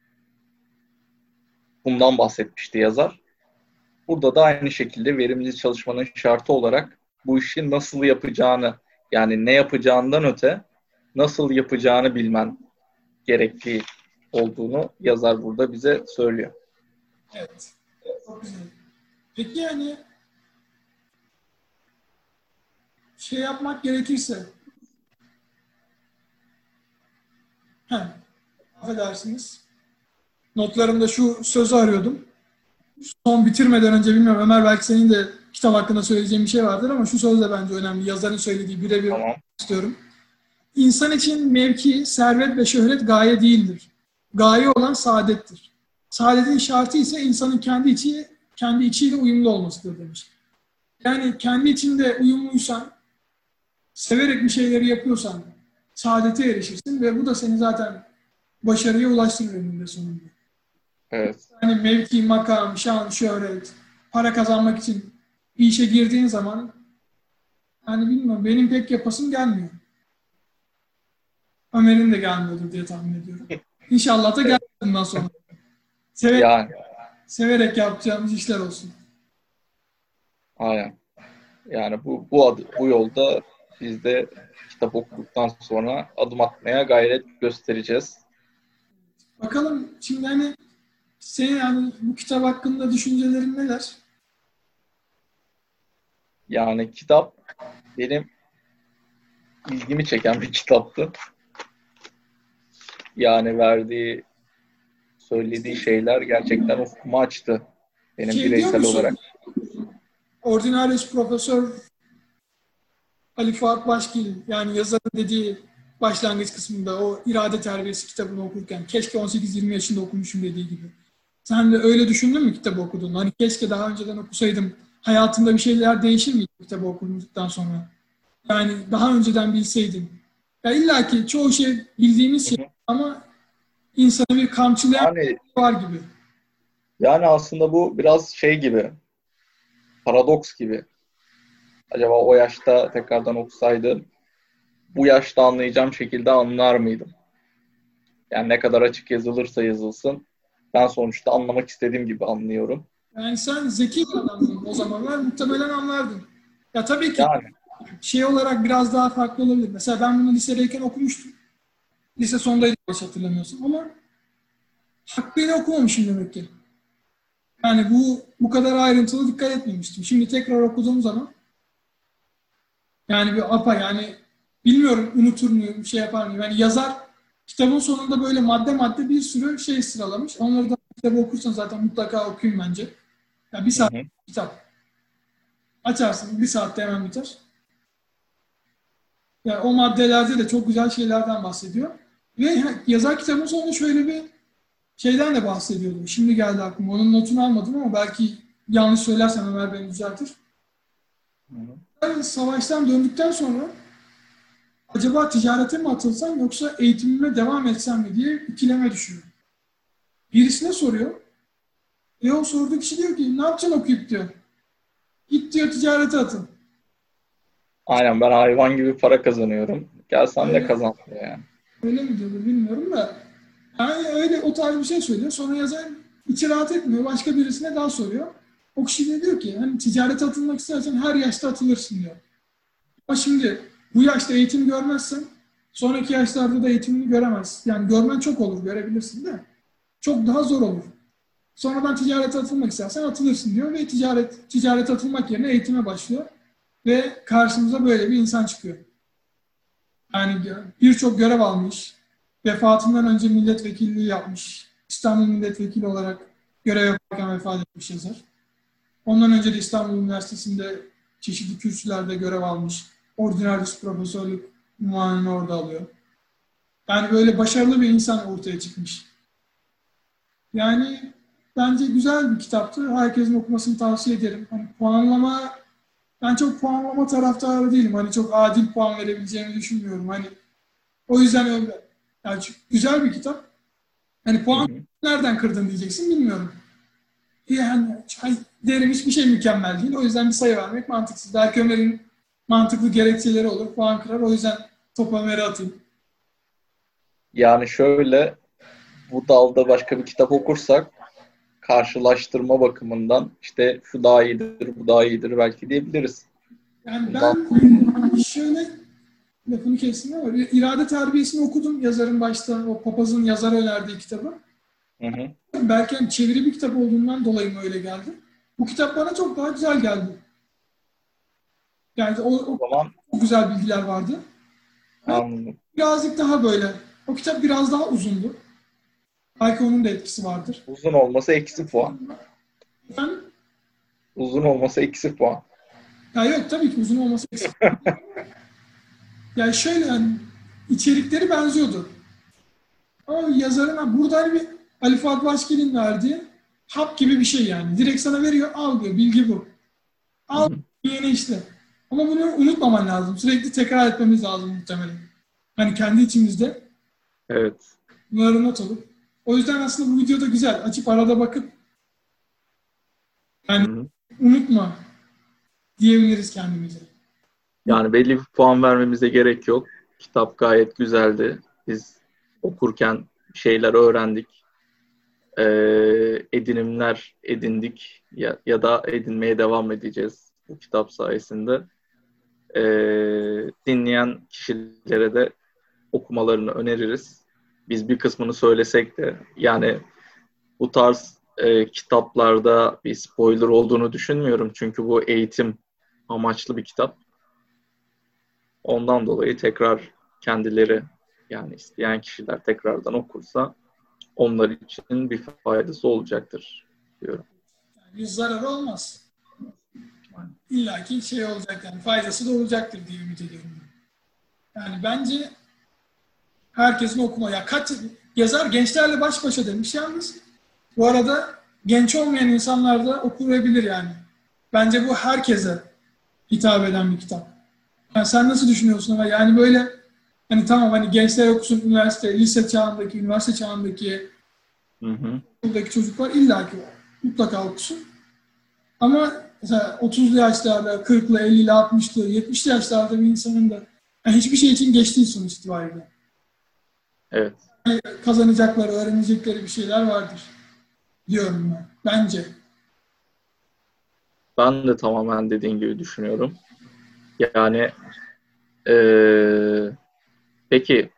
bundan bahsetmişti yazar. Burada da aynı şekilde verimli çalışmanın şartı olarak bu işi nasıl yapacağını, yani ne yapacağından öte nasıl yapacağını bilmen gerektiği olduğunu yazar burada bize söylüyor. Evet, çok güzel. Peki yani şey yapmak gerekirse, he, affedersiniz, notlarımda şu sözü arıyordum. Son bitirmeden önce bilmiyorum Ömer belki senin de kitap hakkında söyleyeceğin bir şey vardır ama şu söz de bence önemli. Yazarın söylediği birebir Tamam. istiyorum. İnsan için mevki, servet ve şöhret gaye değildir. Gaye olan saadettir. Saadetin şartı ise insanın kendi içi kendi içiyle uyumlu olmasıdır demiş. Yani kendi içinde uyumluysan, severek bir şeyleri yapıyorsan saadete erişirsin ve bu da seni zaten başarıya ulaştırır eninde sonunda. Evet. Yani mevki, makam, şan, şöhret, para kazanmak için bir işe girdiğin zaman hani bilmiyorum benim pek yapasım gelmiyor. Ömer'in de gelmiyordur diye tahmin ediyorum. İnşallah da gelmez Evet. bundan sonra. Severek, Yani severek yapacağımız işler olsun. aynen. Yani bu bu adı, bu yolda biz de kitap okuduktan sonra adım atmaya gayret göstereceğiz. Bakalım şimdi hani senin yani bu kitap hakkında düşüncelerin neler? Yani kitap benim ilgimi çeken bir kitaptı. Yani verdiği, söylediği şeyler gerçekten ufkumu açtı benim Şey diyor bireysel olarak. musun? Ordinarius Profesör Ali Fuat Başgil yani yazarın dediği başlangıç kısmında o irade terbiyesi kitabını okurken keşke on sekiz yirmi yaşında okumuşum dediği gibi. Sen de öyle düşündün mü kitabı okuduğunda? Hani keşke daha önceden okusaydım hayatımda bir şeyler değişir miydi kitabı okuduktan sonra? Yani daha önceden bilseydim. Ya illa ki çoğu şey bildiğimiz Hı şey hı. ama insanı bir kamçılayan Yani bir şey var gibi. yani aslında bu biraz şey gibi, paradoks gibi. Acaba o yaşta tekrardan okusaydım bu yaşta anlayacağım şekilde anlar mıydım? Yani ne kadar açık yazılırsa yazılsın ben sonuçta anlamak istediğim gibi anlıyorum. Yani sen zeki bir adamdın o zamanlar muhtemelen anlardın. Ya tabii ki Yani şey olarak biraz daha farklı olabilir. Mesela ben bunu lisedeyken okumuştum. Lise sondaydı yanlış hatırlamıyorsam ama hakkıyla okumamışım demek ki. Yani bu bu kadar ayrıntılı dikkat etmemiştim. Şimdi tekrar okuduğum zaman yani bir apa yani bilmiyorum unutur muyum, şey yapar mıyım? Yani yazar kitabın sonunda böyle madde madde bir sürü şey sıralamış. Onları da kitabı okursan zaten mutlaka okuyun bence. Ya bir hı saat hı. kitap. Açarsın bir saatte hemen biter. Yani o maddelerde de çok güzel şeylerden bahsediyor. Ve yazar kitabın sonunda şöyle bir şeyden de bahsediyordu. Şimdi geldi aklıma. Onun notunu almadım ama belki yanlış söylersem Ömer beni düzeltir. Yani savaştan döndükten sonra acaba ticarete mi atılsam yoksa eğitimime devam etsem mi diye ikileme düşüyor. Birisine soruyor. Ve o sorduğu kişi diyor ki ne yapacaksın okuyup diyor. Git diyor ticarete atıl. Aynen, ben hayvan gibi para kazanıyorum. Gel sen de Öyle, kazan diyor yani. öyle mi diyordu bilmiyorum da. Yani öyle o tarz bir şey söylüyor. Sonra yazar içi rahat etmiyor. Başka birisine daha soruyor. O kişi de diyor ki hani ticarete atılmak istersen her yaşta atılırsın diyor. Ama şimdi bu yaşta eğitim görmezsen sonraki yaşlarda da eğitimini göremez. Yani görmen çok olur, görebilirsin de. Çok daha zor olur. Sonradan ticarete atılmak istersen atılırsın diyor ve ticaret ticarete atılmak yerine eğitime başlıyor. Ve karşımıza böyle bir insan çıkıyor. Yani birçok görev almış. Vefatından önce milletvekilliği yapmış. İstanbul milletvekili olarak görev yaparken vefat etmiş yazar. Ondan önce de İstanbul Üniversitesi'nde çeşitli kürsülerde görev almış. Ordinarius profesörlük unvanını orada alıyor. Yani böyle başarılı bir insan ortaya çıkmış. Yani bence güzel bir kitaptı. Herkesin okumasını tavsiye ederim. Hani puanlama, ben çok puanlama taraftarı değilim. Hani çok adil puan verebileceğimi düşünmüyorum. Hani o yüzden öyle. Yani güzel bir kitap. Hani puan nereden kırdın diyeceksin bilmiyorum. Yani derim hiçbir şey mükemmel değil. O yüzden bir sayı vermek mantıksız. Belki Ömer'in mantıklı gerekçeleri olur. Puan kırar. O yüzden topu Ömer'e atayım. Yani şöyle, bu dalda başka bir kitap okursak karşılaştırma bakımından işte şu daha iyidir, bu daha iyidir belki diyebiliriz. Yani Bundan... ben şöyle lafını kestim ama irade terbiyesini okudum yazarın başta. O papazın yazar önerdiği kitabı. Hı hı. Belki hani çeviri bir kitap olduğundan dolayı mı öyle geldi? Bu kitap bana çok daha güzel geldi. Yani o, o, O zaman o güzel bilgiler vardı. anladım. Birazcık daha böyle. O kitap biraz daha uzundu. Belki onun da etkisi vardır. Uzun olması eksi puan. Yani, Uzun olması eksi puan. ya yok tabii ki uzun olması eksi. Yani şöyle yani içerikleri benziyordu. Ama yazarın burada hani bir Ali Fuat Başkin'in verdiği hap gibi bir şey yani. Direkt sana veriyor, al diyor. Bilgi bu. Al yeni işte. Ama bunu unutmaman lazım. Sürekli tekrar etmemiz lazım muhtemelen. Hani kendi içimizde. Evet. Bunları not alıp. O yüzden aslında bu video da güzel. Açıp arada bakıp yani Hı-hı. unutma diyebiliriz kendimize. Yani belli bir puan vermemize gerek yok. Kitap gayet güzeldi. Biz okurken şeyler öğrendik. Ee, edinimler edindik ya, ya da edinmeye devam edeceğiz bu kitap sayesinde. Ee, dinleyen kişilere de okumalarını öneririz. Biz bir kısmını söylesek de yani bu tarz e, kitaplarda bir spoiler olduğunu düşünmüyorum. Çünkü bu eğitim amaçlı bir kitap. Ondan dolayı tekrar kendileri yani isteyen kişiler tekrardan okursa onlar için bir faydası olacaktır diyorum. Yani bir zararı olmaz. İlla ki şey olacak yani faydası da olacaktır diye ümit ediyorum. Yani bence herkesin okuma. Ya kaç yazar gençlerle baş başa demiş yalnız. Bu arada genç olmayan insanlar da okuyabilir yani. Bence bu herkese hitap eden bir kitap. Yani sen nasıl düşünüyorsun ama yani böyle hani tamam hani gençler okusun üniversite, lise çağındaki, üniversite çağındaki Hı hı. buradaki çocuklar illaki mutlaka okusun. Ama mesela otuzlu yaşlarda, kırklı, ellili, altmışlı, yetmişli yaşlarda bir insanın da yani hiçbir şey için geç değil sonuç itibariyle. Evet. Yani kazanacakları, öğrenecekleri bir şeyler vardır diyorum ben. Bence. Ben de tamamen dediğin gibi düşünüyorum. Yani ee, peki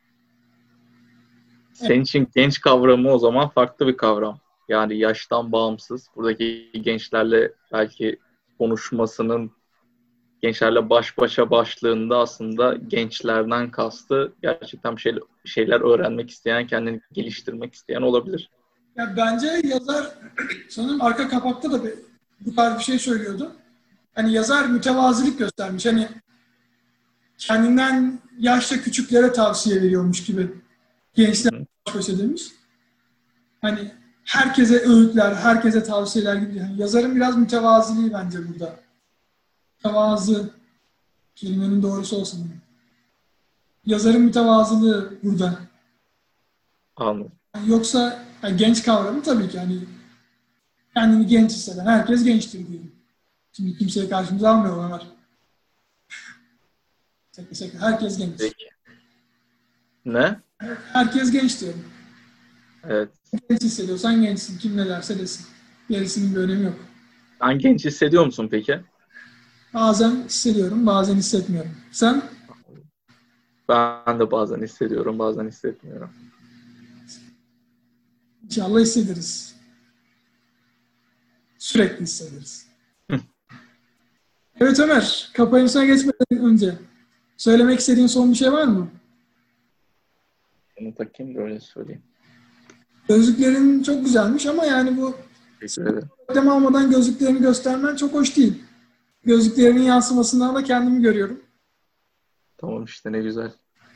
senin için genç kavramı o zaman farklı bir kavram. Yani yaştan bağımsız. Buradaki gençlerle belki konuşmasının gençlerle baş başa başlığında aslında gençlerden kastı gerçekten bir şey, şeyler öğrenmek isteyen, kendini geliştirmek isteyen olabilir. Ya bence yazar sanırım arka kapakta da bir, bu tarz bir şey söylüyordu. Hani yazar mütevazilik göstermiş. Hani kendinden yaşça küçüklere tavsiye veriyormuş gibi. Gençler baş başa demiş. Hani herkese öğütler, herkese tavsiyeler gibi. Yani yazarın biraz mütevaziliği bence burada. Mütevazı kelimenin doğrusu olsun. Yazarın mütevazılığı burada. Anladım. Yani yoksa yani genç kavramı tabii ki hani kendini genç hisseden herkes gençtir diyelim. Şimdi kimseye karşımıza almıyor Ömer. Şaka şaka. Herkes genç. Peki. Ne? Herkes genç diyorum. Evet. Genç hissediyorsan gençsin. Kim ne derse desin. Gerisinin bir önemi yok. Sen genç hissediyor musun peki? Bazen hissediyorum, bazen hissetmiyorum. Sen? Ben de bazen hissediyorum, bazen hissetmiyorum. İnşallah hissederiz. Sürekli hissederiz. Evet Ömer, kapanışına geçmeden önce söylemek istediğin son bir şey var mı? Bunu takayım da öyle söyleyeyim. Gözlüklerin çok güzelmiş ama yani bu Teşekkür ederim. reklam almadan gözlüklerini göstermen çok hoş değil. Gözlüklerinin yansımasından da kendimi görüyorum. Tamam işte ne güzel.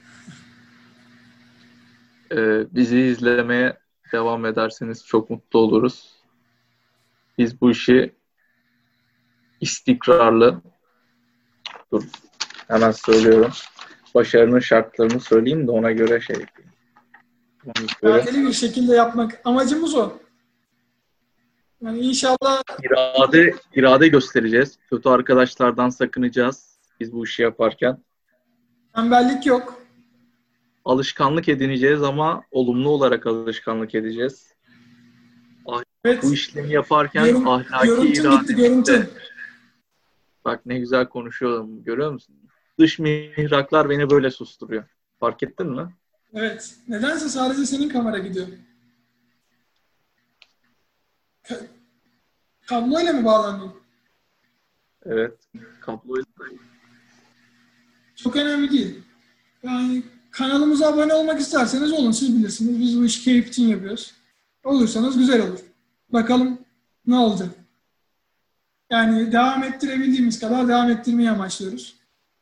Ee, bizi izlemeye devam ederseniz çok mutlu oluruz. Biz bu işi istikrarlı, dur hemen söylüyorum. Başarının şartlarını söyleyeyim de ona göre şey yapayım. Ona göre Kaliteli bir şekilde yapmak amacımız o. Yani inşallah irade, irade göstereceğiz. Kötü arkadaşlardan sakınacağız biz bu işi yaparken. tembellik yok. Alışkanlık edineceğiz ama olumlu olarak alışkanlık edeceğiz. Evet. Bu işlemi yaparken Görün, ahlaki görüntün irade. gitti, görüntün. Bak ne güzel konuşuyorum. Görüyor musun? Dış mihraklar beni böyle susturuyor. Fark ettin mi? Evet. Nedense sadece senin kamera gidiyor. Ka- kabloyla mı bağlandın? Evet. Kabloyla. Çok önemli değil. Yani kanalımıza abone olmak isterseniz olun. Siz bilirsiniz. Biz bu işi keyif için yapıyoruz. Olursanız güzel olur. Bakalım ne olacak. Yani devam ettirebildiğimiz kadar devam ettirmeyi amaçlıyoruz.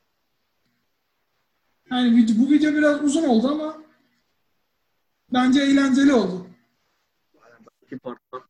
Yani vid- bu video biraz uzun oldu ama bence eğlenceli oldu. İki parça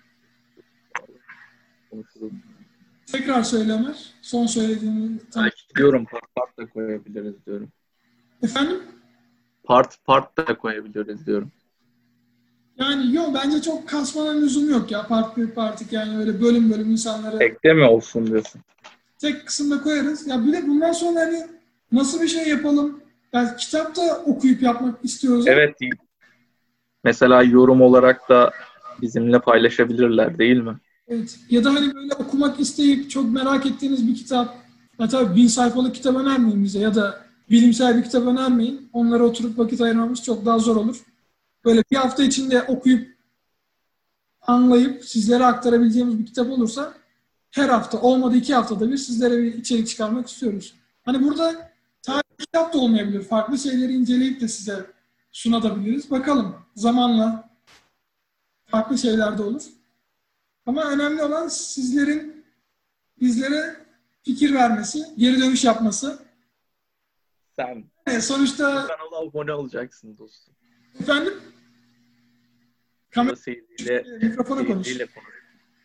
konuşuruz. Tekrar söyle Ömer. Son söylediğini tam... Belki diyorum part part da koyabiliriz diyorum. Efendim? Part part da koyabiliriz diyorum. Yani yok bence çok kasmanın lüzumu yok ya. Part bir partik yani öyle bölüm bölüm insanları Tekte mi olsun diyorsun? tek kısımda koyarız. Ya bir de bundan sonra hani nasıl bir şey yapalım? Yani kitap da okuyup yapmak istiyoruz. ama- Evet. Mesela yorum olarak da bizimle paylaşabilirler değil mi? Evet. Ya da hani böyle okumak isteyip çok merak ettiğiniz bir kitap. Ya tabii bin sayfalık kitap önermeyin bize ya da bilimsel bir kitap önermeyin. Onlara oturup vakit ayırmamız çok daha zor olur. Böyle bir hafta içinde okuyup anlayıp sizlere aktarabileceğimiz bir kitap olursa her hafta olmadı iki haftada bir sizlere bir içerik çıkarmak istiyoruz. Hani burada tarih kitap da olmayabilir. Farklı şeyleri inceleyip de size sunabiliriz. Bakalım zamanla farklı şeyler de olur. Ama önemli olan sizlerin bizlere fikir vermesi, geri dönüş yapması. Sen Yani sonuçta kanala abone olacaksın dostum. efendim kamera Seyirciyle, mikrofona konuş. seyirciyle konuş.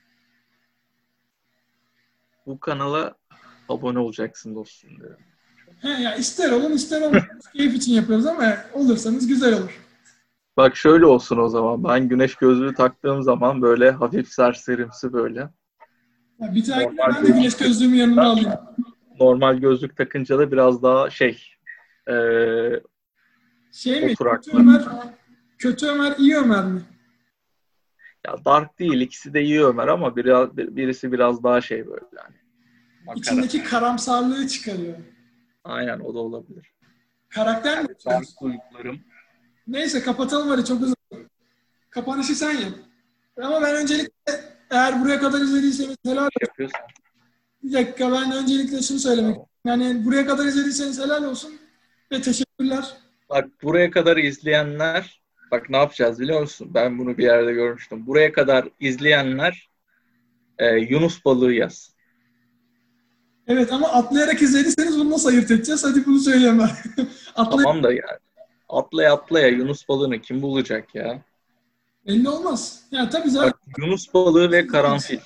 Bu kanala abone olacaksın dostum diyorum. He, ya ister olun ister olmayın. Keyif için yapıyoruz ama olursanız güzel olur. Bak şöyle olsun o zaman. Ben güneş gözlüğü taktığım zaman böyle hafif serserimsi böyle. Ya bir tane Normal ben de güneş gözlüğümü yanıma alayım. Normal gözlük takınca da biraz daha şey e, Şey mi? oturaklı. Kötü Ömer, kötü Ömer, iyi Ömer mi? Ya dark değil. İkisi de iyi Ömer ama biraz, birisi biraz daha şey böyle yani. Makara. İçindeki karamsarlığı çıkarıyor. Aynen o da olabilir. Karakter mi? Dark duygularım. Neyse kapatalım hadi çok hızlı. Kapanışı sen yap. Ama ben öncelikle eğer buraya kadar izlediyseniz helal olsun. Yapıyorsun. Bir dakika ben öncelikle şunu söylemek istiyorum. Yani buraya kadar izlediyseniz helal olsun ve teşekkürler. Bak buraya kadar izleyenler, bak ne yapacağız biliyor musun? Ben bunu bir yerde görmüştüm. Buraya kadar izleyenler e, Yunus balığı yaz. Evet ama atlayarak izlediyseniz bunu nasıl ayırt edeceğiz? Hadi bunu söyleyemem. Atlayarak Tamam da yani. Atlaya atlaya Yunus balığını kim bulacak ya? belli olmaz. Ya tabii zaten. Bak, Yunus balığı ve karanfil.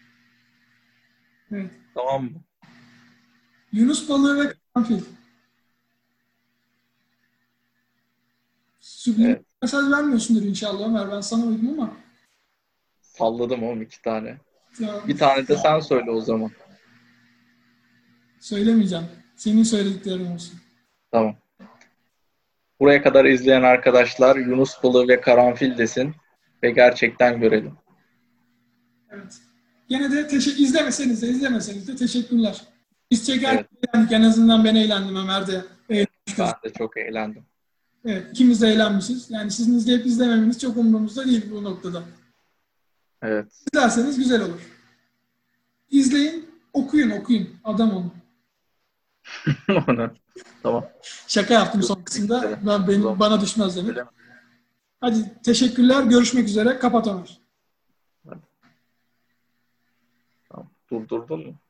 Evet. Tamam mı? Yunus balığı ve karanfil. Subliminal Evet. mesaj vermiyorsundur inşallah Ömer. Ben sana uydum ama. Salladım oğlum iki tane. Ya, Bir tane de sen söyle o zaman. söylemeyeceğim. Senin söylediklerin olsun. Tamam. Buraya kadar izleyen arkadaşlar Yunus balığı ve karanfil desin ve gerçekten görelim. Evet. Yine de teşekkür izlemeseniz de izlemeseniz de teşekkürler. Biz çekerken Evet. eğlendik. En azından ben eğlendim, Ömer de. Eğlenmiş Ben de çok eğlendim. Evet, ikimiz de eğlenmişiz. Yani sizin izleyip izlememeniz çok umurumuzda değil bu noktada. Evet. İzlerseniz güzel olur. İzleyin, okuyun, okuyun. Adam olun. Tamam. Şaka yaptım son kısımda. Ben, benim, bana düşmez demek. Hadi teşekkürler, görüşmek üzere. Kapat Ömer. Tamam. Durdurdun mu?